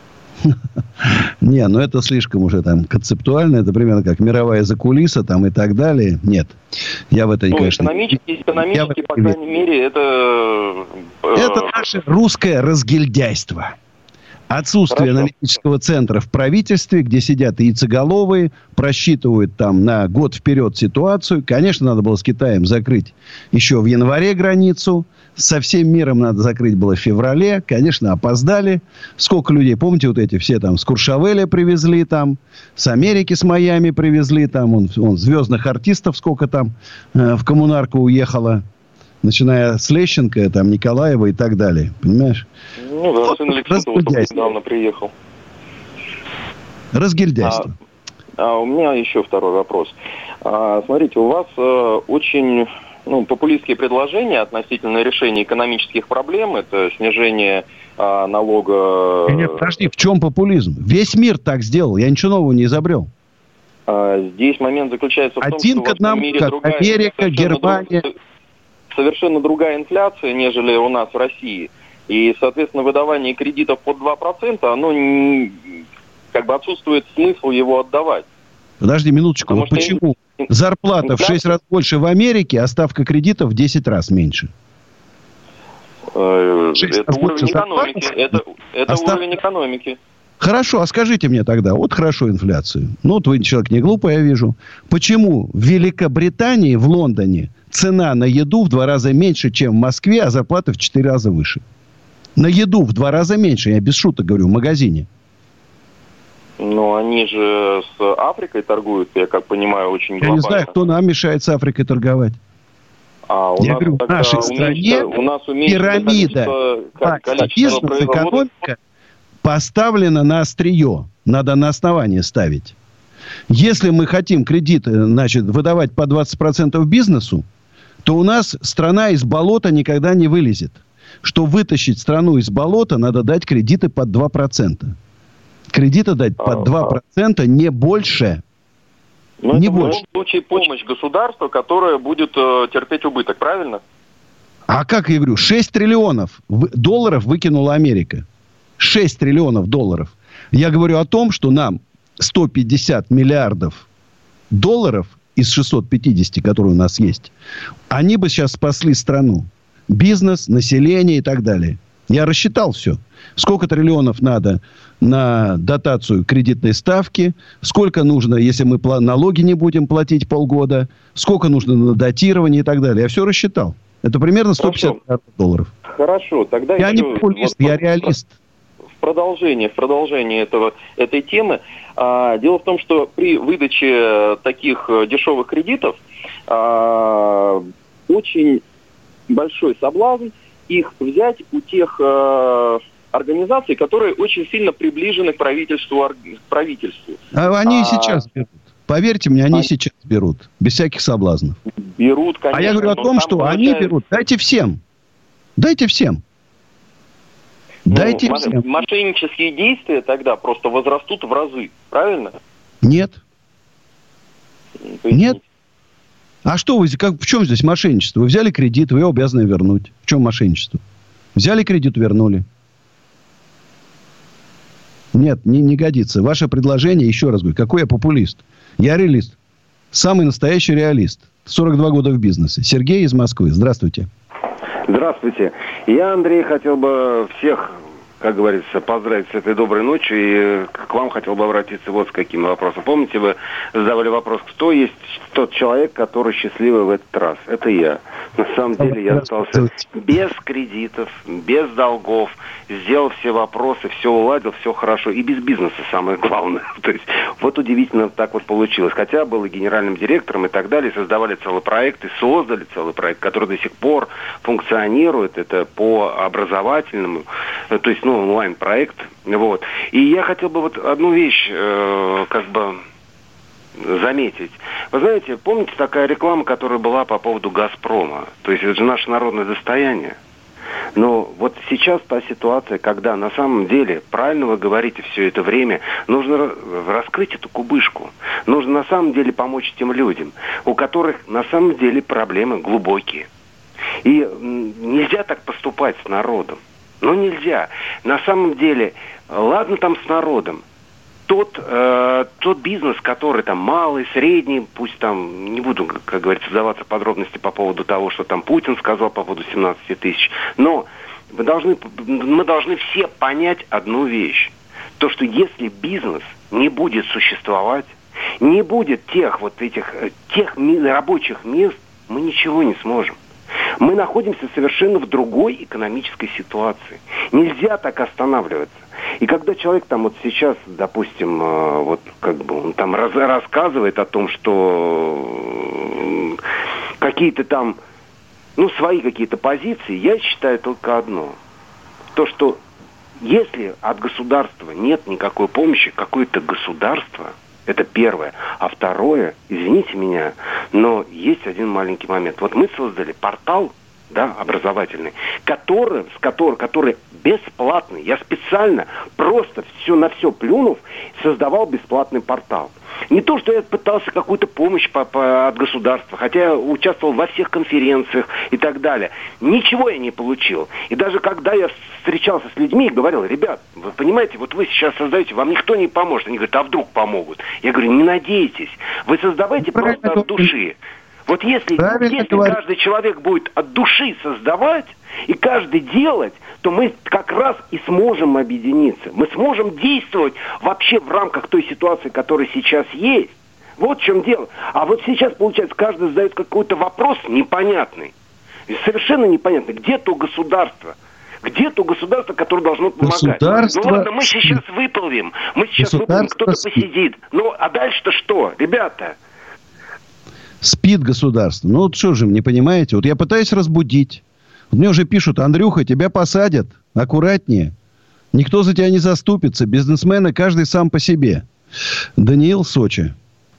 Не, ну это слишком уже там концептуально. Это примерно как мировая закулиса там и так далее. Нет, я в это, ну, конечно... Экономически, экономически по крайней мере, это... Это наше русское разгильдяйство. Отсутствие Хорошо. аналитического центра в правительстве, где сидят яйцеголовые, просчитывают там на год вперед ситуацию. Конечно, надо было с Китаем закрыть еще в январе границу. Со всем миром надо закрыть было в феврале. Конечно, опоздали. Сколько людей, помните, вот эти все там с Куршавеля привезли там, с Америки, с Майами привезли там, он, он звездных артистов сколько там э, в коммунарку уехало. Начиная с Лещенко, там, Николаева и так далее. Понимаешь? Ну да, сын Александр недавно приехал. Разгильдяйство. А, а у меня еще второй вопрос. А, смотрите, у вас а, очень ну, популистские предложения относительно решения экономических проблем. Это снижение а, налога... Нет, подожди, в чем популизм? Весь мир так сделал. Я ничего нового не изобрел. А, здесь момент заключается в том, Один что к одному, в мире как другая, Америка, Германия... Друг... совершенно другая инфляция, нежели у нас в России. И, соответственно, выдавание кредитов под два процента, оно не, как бы отсутствует смысл его отдавать. Подожди минуточку, вот почему ин... зарплата инфляция... в шесть раз больше в Америке, а ставка кредитов в десять раз меньше? Э, это уровень экономики. Это, это а уровень экономики. Хорошо, а скажите мне тогда, вот хорошо инфляцию. Ну, вот вы человек не глупый, я вижу. Почему в Великобритании, в Лондоне, цена на еду в два раза меньше, чем в Москве, а зарплата в четыре раза выше? На еду в два раза меньше, я без шуток говорю, в магазине. Ну, они же с Африкой торгуют, я как понимаю, очень глобально. Я не знаю, кто нам мешает с Африкой торговать. А у Я нас говорю, в нашей стране у нас пирамида, бизнес-экономика поставлена на острие. Надо на основание ставить. Если мы хотим кредиты, значит, выдавать по двадцать процентов бизнесу, то у нас страна из болота никогда не вылезет. Что вытащить страну из болота, надо дать кредиты под два процента. Кредиты дать под два процента, не больше. Но не это больше. в любом случае помощь государства, которое будет э, терпеть убыток, правильно? А как я говорю, шесть триллионов долларов выкинула Америка. шесть триллионов долларов. Я говорю о том, что нам сто пятьдесят миллиардов долларов из шестисот пятидесяти, которые у нас есть, они бы сейчас спасли страну. Бизнес, население и так далее. Я рассчитал все. Сколько триллионов надо на дотацию кредитной ставки, сколько нужно, если мы налоги не будем платить полгода, сколько нужно на датирование и так далее. Я все рассчитал. Это примерно сто пятьдесят миллиардов долларов. Хорошо, тогда я еще... не популист, вот, я реалист. В продолжение, в продолжение этого, этой темы. А, дело в том, что при выдаче таких дешевых кредитов а, очень большой соблазн их взять у тех э, организаций, которые очень сильно приближены к правительству. К правительству. А они а, и сейчас берут. Поверьте мне, они а... сейчас берут. Без всяких соблазнов. Берут, конечно. А я говорю о том, что получается... они берут. Дайте всем. Дайте всем. Ну, Дайте мо- всем. Мошеннические действия тогда просто возрастут в разы. Правильно? Нет. Поясните. Нет. А что вы, как, в чем здесь мошенничество? Вы взяли кредит, вы его обязаны вернуть. В чем мошенничество? Взяли кредит, вернули. Нет, не, не годится. Ваше предложение, еще раз говорю, какой я популист? Я реалист. Самый настоящий реалист. сорок два года в бизнесе. Сергей из Москвы. Здравствуйте. Здравствуйте. Я, Андрей, хотел бы всех, как говорится, поздравить с этой доброй ночью. И к вам хотел бы обратиться вот с каким вопросом. Помните, вы задавали вопрос, кто есть тот человек, который счастливый в этот раз? Это я. На самом деле я остался без кредитов, без долгов, сделал все вопросы, все уладил, все хорошо. И без бизнеса, самое главное. То есть вот удивительно так вот получилось. Хотя был и генеральным директором и так далее, создавали целый проект и создали целый проект, который до сих пор функционирует. Это по образовательному, то есть, ну, онлайн-проект. Вот. И я хотел бы вот одну вещь, э, как бы... заметить. Вы знаете, помните такая реклама, которая была по поводу «Газпрома»? То есть это же наше народное достояние. Но вот сейчас та ситуация, когда на самом деле, правильно вы говорите все это время, нужно раскрыть эту кубышку. Нужно на самом деле помочь тем людям, у которых на самом деле проблемы глубокие. И нельзя так поступать с народом. Ну нельзя. На самом деле, ладно там с народом. Тот, э, тот бизнес, который там малый, средний, пусть там, не буду, как говорится, вдаваться в подробности по поводу того, что там Путин сказал по поводу семнадцати тысяч, но мы должны, мы должны все понять одну вещь. То, что если бизнес не будет существовать, не будет тех вот этих, тех рабочих мест, мы ничего не сможем. Мы находимся совершенно в другой экономической ситуации. Нельзя так останавливаться. И когда человек там вот сейчас, допустим, вот как бы он там раз, рассказывает о том, что какие-то там, ну, свои какие-то позиции, я считаю только одно. То, что если от государства нет никакой помощи, какое-то государство, это первое. А второе, извините меня, но есть один маленький момент. Вот мы создали портал, да, образовательный, который, с которым, который бесплатный. Я специально просто все на все плюнув, создавал бесплатный портал. Не то, что я пытался какую-то помощь по, по, от государства, хотя я участвовал во всех конференциях и так далее. Ничего я не получил. И даже когда я встречался с людьми и говорил: ребят, вы понимаете, вот вы сейчас создаете, вам никто не поможет. Они говорят: а вдруг помогут? Я говорю: не надейтесь. Вы создавайте просто от души. Вот если, если каждый человек будет от души создавать и каждый делать, то мы как раз и сможем объединиться. Мы сможем действовать вообще в рамках той ситуации, которая сейчас есть. Вот в чем дело. А вот сейчас, получается, каждый задает какой-то вопрос непонятный. Совершенно непонятный. Где то государство? Где то государство, которое должно помогать? Ну ладно, мы сейчас выплывем. Мы сейчас выплывем, кто-то посидит. Ну, а дальше-то что, ребята? Спит государство. Ну, вот что же, не понимаете? Вот я пытаюсь разбудить. Вот мне уже пишут: Андрюха, тебя посадят. Аккуратнее. Никто за тебя не заступится. Бизнесмены каждый сам по себе. Даниил, Сочи.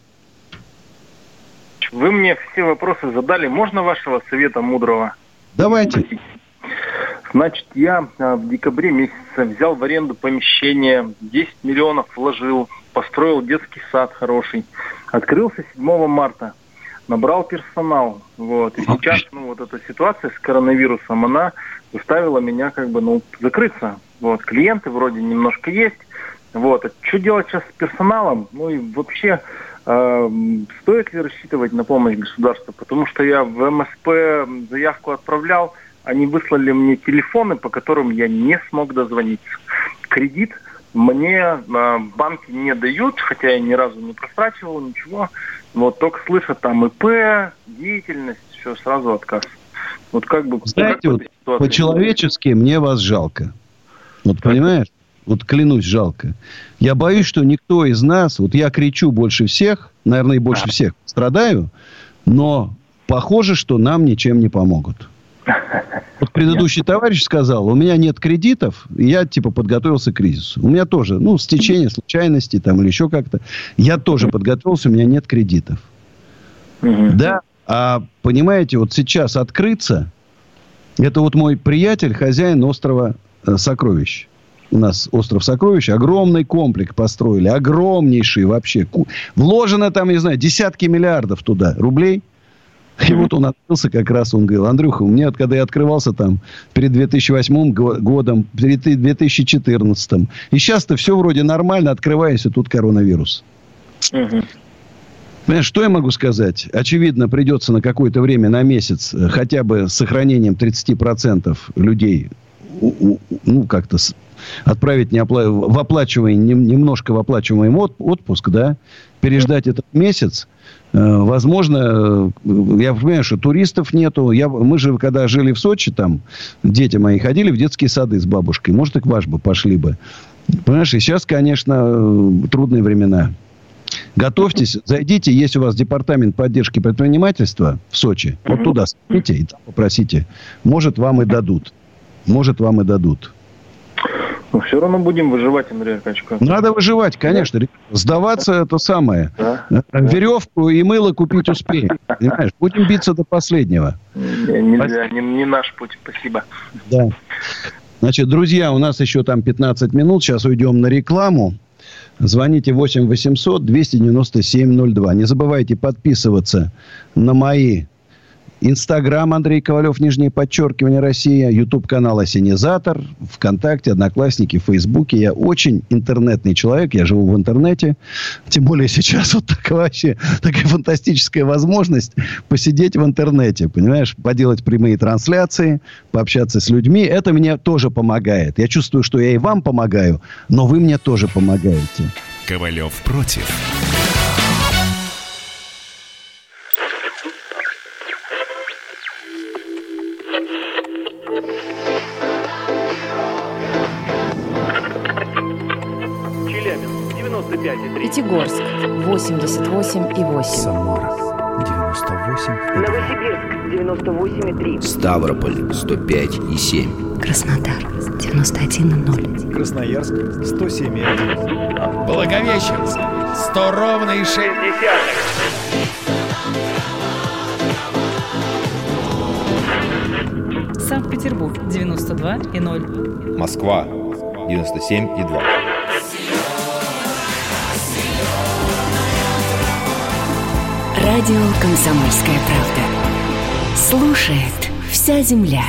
Вы мне все вопросы задали. Можно вашего совета мудрого? Давайте. Значит, я в декабре месяце взял в аренду помещение, десять миллионов вложил, построил детский сад хороший. Открылся седьмого марта. Набрал персонал. Вот. И сейчас, ну, вот эта ситуация с коронавирусом, она заставила меня как бы, ну, закрыться. Вот. Клиенты вроде немножко есть. Вот. А что делать сейчас с персоналом? Ну и вообще, э, стоит ли рассчитывать на помощь государства? Потому что я в эм эс пэ заявку отправлял, они выслали мне телефоны, по которым я не смог дозвониться. Кредит мне э, банки не дают, хотя я ни разу не просрачивал, ничего. Вот только слышат там ИП, деятельность, все, сразу отказ. Вот как бы... Знаете, вот по-человечески мне вас жалко. Вот понимаешь? Вот клянусь, жалко. Я боюсь, что никто из нас... Вот я кричу больше всех, наверное, и больше всех страдаю, но похоже, что нам ничем не помогут. Вот предыдущий товарищ сказал: у меня нет кредитов, и я типа подготовился к кризису. У меня тоже, ну, стечение случайностей там или еще как-то. Я тоже подготовился, у меня нет кредитов. Да, а понимаете, вот сейчас открыться, это вот мой приятель, хозяин острова э, Сокровищ. У нас остров Сокровищ, огромный комплекс построили, огромнейший вообще. Вложено там, не знаю, десятки миллиардов туда рублей. И вот он открылся как раз, он говорил: Андрюха, у меня, вот, когда я открывался там перед две тысячи восьмым годом, перед две тысячи четырнадцатым, и сейчас-то все вроде нормально, открываясь, и тут коронавирус. Uh-huh. Понимаешь, что я могу сказать? Очевидно, придется на какое-то время, на месяц, хотя бы с сохранением тридцать процентов людей, ну, как-то отправить неопла... в оплачиваемый, немножко в оплачиваемый отпуск, да, переждать этот месяц. Возможно, я понимаю, что туристов нету. Я, мы же, когда жили в Сочи, там, дети мои ходили в детские сады с бабушкой. Может, и к ваш бы пошли бы. Понимаешь, и сейчас, конечно, трудные времена. Готовьтесь, зайдите, есть у вас департамент поддержки предпринимательства в Сочи. Вот туда сходите и там попросите. Может, вам и дадут. Может, вам и дадут. Но все равно будем выживать, Андрей Аркадьевич. Надо выживать, конечно. Сдаваться это самое. Да. Веревку и мыло купить успеем. Понимаешь? Будем биться до последнего. Нельзя, не, не наш путь. Спасибо. Да. Значит, друзья, у нас еще там пятнадцать минут. Сейчас уйдем на рекламу. Звоните восемь восемьсот двести девяносто семь ноль два. Не забывайте подписываться на мои... Инстаграм Андрей Ковалев, нижнее подчеркивание, Россия. Ютуб-канал Осенизатор. ВКонтакте, Одноклассники, Фейсбуке. Я очень интернетный человек. Я живу в интернете. Тем более сейчас вот такая вообще такая фантастическая возможность посидеть в интернете. Понимаешь? Поделать прямые трансляции, пообщаться с людьми. Это мне тоже помогает. Я чувствую, что я и вам помогаю, но вы мне тоже помогаете. Ковалев против. Пятигорск восемьдесят восемь и восемь. Самара девяносто восемь и два. Новосибирск девяносто восемь и три. Ставрополь сто пять и семь. Краснодар девяносто один и ноль. Красноярск сто семь и один. Благовещенск сто ровно и шесть десятых. Санкт-Петербург девяносто два и ноль. Москва девяносто семь и два. Радио «Комсомольская правда». Слушает вся земля.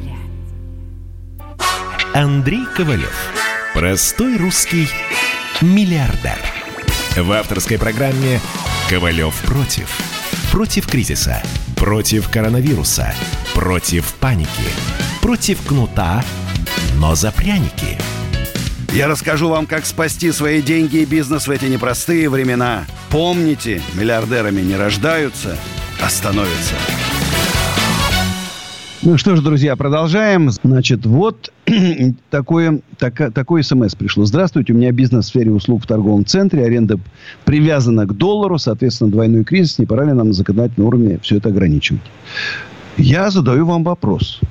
Андрей Ковалев. Простой русский миллиардер. В авторской программе «Ковалев против». Против кризиса. Против коронавируса. Против паники. Против кнута, но за пряники. Я расскажу вам, как спасти свои деньги и бизнес в эти непростые времена. Помните, миллиардерами не рождаются, а становятся. Ну что ж, друзья, продолжаем. Значит, вот такое, так, такое смс пришло. Здравствуйте, у меня бизнес в сфере услуг в торговом центре. Аренда привязана к доллару, соответственно, двойной кризис. Не пора ли нам на законодательном уровне все это ограничивать? Я задаю вам вопрос.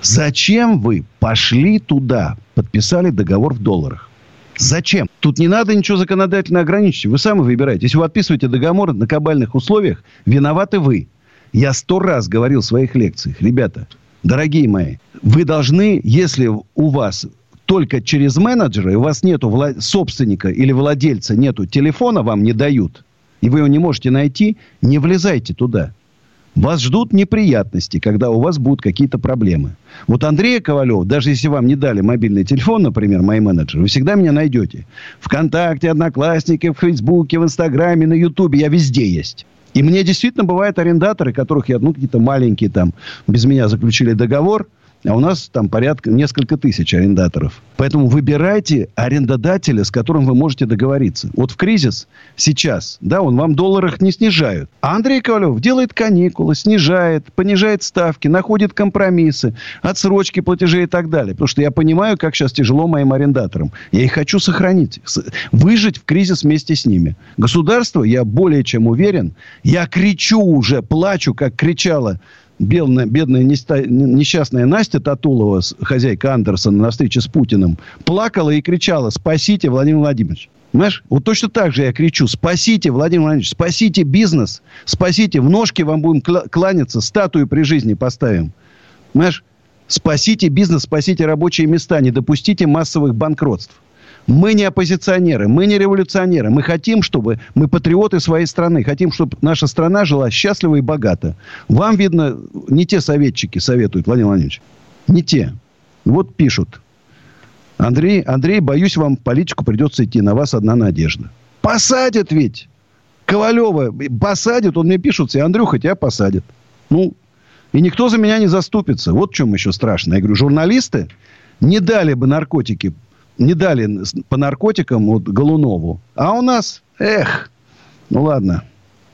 Зачем вы пошли туда, подписали договор в долларах? Зачем? Тут не надо ничего законодательно ограничить. Вы сами выбираете. Если вы подписываете договор на кабальных условиях, виноваты вы. Я сто раз говорил в своих лекциях. Ребята, дорогие мои, вы должны, если у вас только через менеджера, и у вас нету вла- собственника или владельца, нету телефона, вам не дают, и вы его не можете найти, не влезайте туда. Вас ждут неприятности, когда у вас будут какие-то проблемы. Вот Андрея Ковалева, даже если вам не дали мобильный телефон, например, мои менеджеры, вы всегда меня найдете. ВКонтакте, Одноклассники, в Фейсбуке, в Инстаграме, на Ютубе. Я везде есть. И мне действительно бывают арендаторы, которых я, ну, какие-то маленькие там, без меня заключили договор, а у нас там порядка, несколько тысяч арендаторов. Поэтому выбирайте арендодателя, с которым вы можете договориться. Вот в кризис сейчас, да, он вам в долларах не снижает. А Андрей Ковалев делает каникулы, снижает, понижает ставки, находит компромиссы, отсрочки платежей и так далее. Потому что я понимаю, как сейчас тяжело моим арендаторам. Я их хочу сохранить, выжить в кризис вместе с ними. Государство, я более чем уверен, я кричу уже, плачу, как кричала бедная, бедная несчастная Настя Татулова, хозяйка Андерсона, на встрече с Путиным, плакала и кричала: спасите, Владимир Владимирович. Понимаешь? Вот точно так же я кричу: спасите, Владимир Владимирович, спасите бизнес, спасите, в ножки вам будем кланяться, статую при жизни поставим. Понимаешь? Спасите бизнес, спасите рабочие места, не допустите массовых банкротств. Мы не оппозиционеры, мы не революционеры. Мы хотим, чтобы... Мы патриоты своей страны. Хотим, чтобы наша страна жила счастливо и богато. Вам, видно, не те советчики советуют, Владимир Владимирович. Не те. Вот пишут. Андрей, Андрей, боюсь, вам в политику придется идти. На вас одна надежда. Посадят ведь. Ковалева посадят. Он мне пишут: Андрюха, тебя посадят. Ну, и никто за меня не заступится. Вот в чем еще страшно. Я говорю, журналисты не дали бы наркотики... Не дали по наркотикам вот Голунову. А у нас, эх, ну ладно.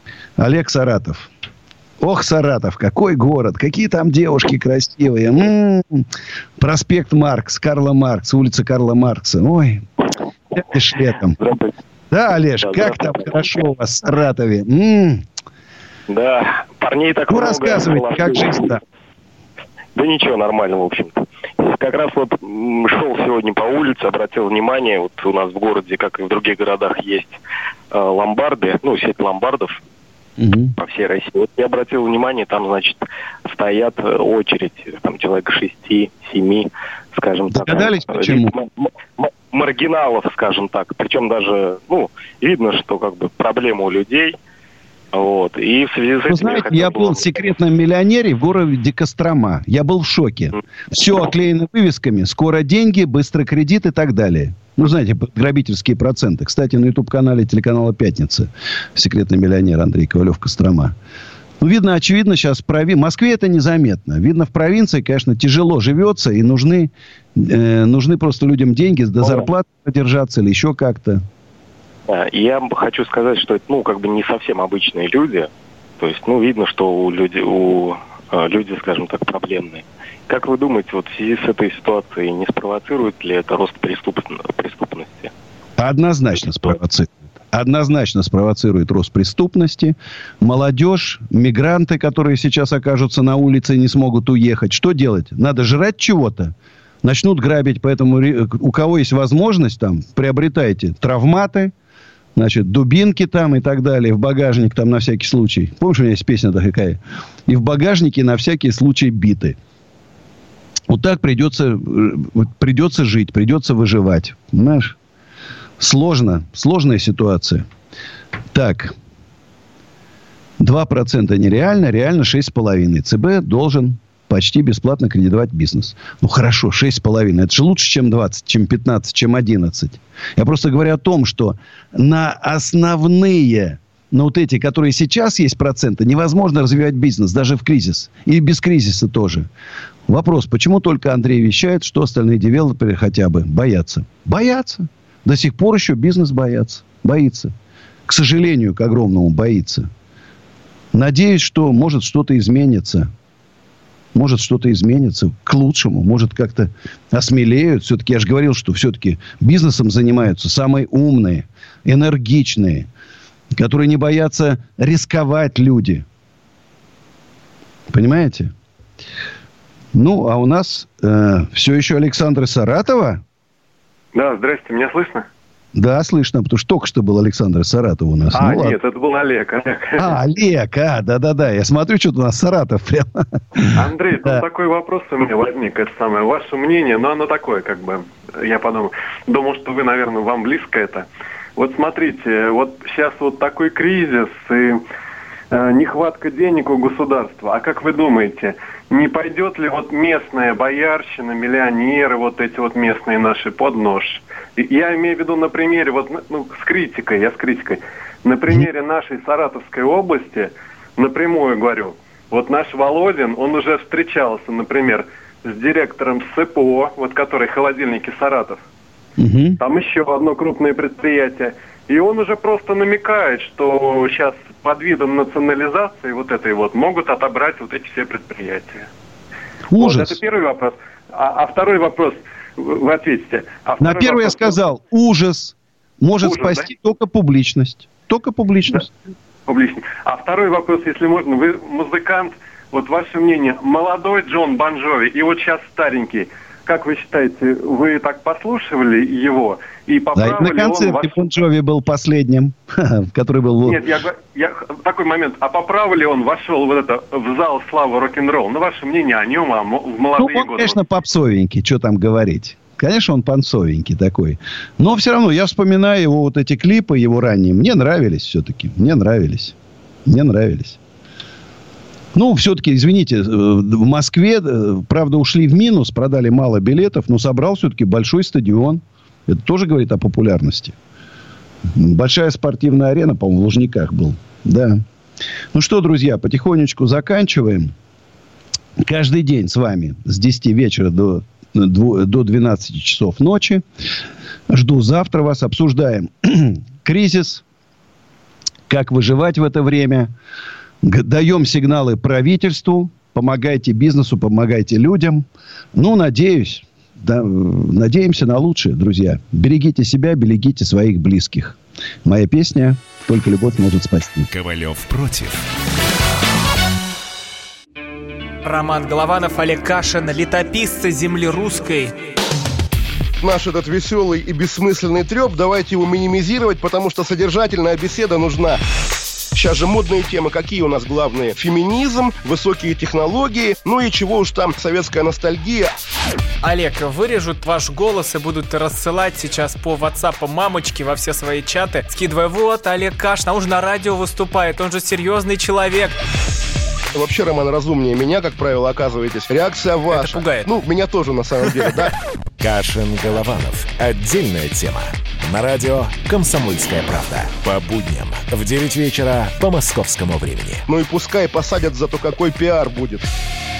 Олег Саратов. Ох, Саратов, какой город. Какие там девушки красивые. М-м-м. Проспект Маркс, Карла Маркс, улица Карла Маркса. Ой, это летом. Да, Олеж, да, как там хорошо у вас в Саратове. М-м. Да, парней так ну, много. Ну, рассказывайте, как жизнь там. Да ничего, нормально, в общем-то. Как раз вот шел сегодня по улице, обратил внимание, вот у нас в городе, как и в других городах, есть э, ломбарды, ну, сеть ломбардов угу. по всей России. Вот я обратил внимание, там, значит, стоят очередь, там, человек шести-семи, скажем так. Догадались, почему? М- м- маргиналов, скажем так. Причем даже, ну, видно, что, как бы, проблема у людей. Вот. И в связи с этим... Вы знаете, я, я был в секретном миллионере в городе Кострома. Я был в шоке. Все оклеено вывесками. Скоро деньги, быстрый кредит и так далее. Ну, знаете, грабительские проценты. Кстати, на ютуб-канале телеканала «Пятница» секретный миллионер Андрей Ковалев, Кострома. Ну, видно, очевидно, сейчас в прови... в Москве это незаметно. Видно, в провинции, конечно, тяжело живется. И нужны, э, нужны просто людям деньги до зарплаты продержаться или еще как-то. Я хочу сказать, что это, ну, как бы не совсем обычные люди. То есть, ну, видно, что у людей, у э, люди, скажем так, проблемные. Как вы думаете, вот в связи с этой ситуацией не спровоцирует ли это рост преступ... преступности? Однозначно спровоцирует. Однозначно спровоцирует рост преступности. Молодежь, мигранты, которые сейчас окажутся на улице и не смогут уехать. Что делать? Надо жрать чего-то. Начнут грабить, поэтому у кого есть возможность, там, приобретайте травматы, значит, дубинки там и так далее, в багажник там на всякий случай. Помнишь, у меня есть песня такая? И в багажнике на всякий случай биты. Вот так придется, придется жить, придется выживать. Понимаешь? Сложно. Сложная ситуация. Так. два процента нереально, реально шесть целых пять десятых. ЦБ должен почти бесплатно кредитовать бизнес. Ну, хорошо, шесть целых пять десятых. Это же лучше, чем двадцать, чем пятнадцать, чем одиннадцать. Я просто говорю о том, что на основные, на вот эти, которые сейчас есть проценты, невозможно развивать бизнес, даже в кризис. И без кризиса тоже. Вопрос, почему только Андрей вещает, что остальные девелоперы хотя бы боятся? Боятся. До сих пор еще бизнес боятся. Боится. К сожалению, к огромному боится. Надеюсь, что может что-то изменится. Может, что-то изменится к лучшему. Может, как-то осмелеют. Все-таки я же говорил, что все-таки бизнесом занимаются самые умные, энергичные, которые не боятся рисковать люди. Понимаете? Ну, а у нас э, все еще Александр из Саратова. Да, здрасте, меня слышно? Да, слышно, потому что только что был Александр из Саратова у нас. А, ну, нет, ладно. Это был Олег, Олег. А, Олег, а, да-да-да. Я смотрю, что-то у нас Саратов прямо. Андрей, тут да. такой вопрос у меня возник. Это самое, ваше мнение, но оно такое, как бы, я подумал. Думал, что вы, наверное, вам близко это. Вот смотрите, вот сейчас вот такой кризис и э, нехватка денег у государства. А как вы думаете, не пойдет ли вот местная боярщина, миллионеры, вот эти вот местные наши под нож? Я имею в виду на примере, вот, ну, с критикой, я с критикой, на примере нашей Саратовской области, напрямую говорю, вот наш Володин, он уже встречался, например, с директором СЭПО, вот который холодильники Саратов. Угу. Там еще одно крупное предприятие. И он уже просто намекает, что сейчас под видом национализации вот этой вот могут отобрать вот эти все предприятия. Ужас. Вот, это первый вопрос. А, а второй вопрос, вы ответите. А На первый вопрос, я сказал, ужас может ужас, спасти да? только публичность. Только публичность. Да, публичность. А второй вопрос, если можно, вы музыкант, вот ваше мнение, молодой Джон Бон Джови и вот сейчас старенький, как вы считаете, вы так послушивали его? И да, на концерте Бон Джови был последним, который был... Нет, я, я такой момент. А по праву ли он вошел вот это, в зал славы рок-н-ролл? Ну, ваше мнение о нем, а в молодые ну, он, годы? Конечно, попсовенький, что там говорить. Конечно, он попсовенький такой. Но все равно, я вспоминаю его вот эти клипы, его ранние. Мне нравились все-таки. Мне нравились. Мне нравились. Ну, все-таки, извините, в Москве, правда, ушли в минус, продали мало билетов, но собрал все-таки большой стадион. Это тоже говорит о популярности. Большая спортивная арена, по-моему, в Лужниках был. Да. Ну что, друзья, потихонечку заканчиваем. Каждый день с вами с десяти вечера до, до двенадцати часов ночи. Жду завтра вас. Обсуждаем кризис, как выживать в это время. Даем сигналы правительству. Помогайте бизнесу, помогайте людям. Ну, надеюсь, да, надеемся на лучшее, друзья. Берегите себя, берегите своих близких. Моя песня «Только любовь может спасти». Ковалев против. Роман Голованов, Олег Кашин, летописцы земли русской. Наш этот веселый и бессмысленный треп, давайте его минимизировать, потому что содержательная беседа нужна. Сейчас же модные темы, какие у нас главные? Феминизм, высокие технологии, ну и чего уж там, советская ностальгия. Олег, вырежут ваш голос и будут рассылать сейчас по WhatsApp мамочки во все свои чаты, скидывая, вот, Олег Кашин, а он же на радио выступает, он же серьезный человек. Вообще, Роман, разумнее меня, как правило, оказываетесь. Реакция ваша. Это пугает. Ну, меня тоже, на самом деле, да? Кашин-Голованов. Отдельная тема. На радио «Комсомольская правда». По будням в девять вечера по московскому времени. Ну и пускай посадят, зато какой пиар будет.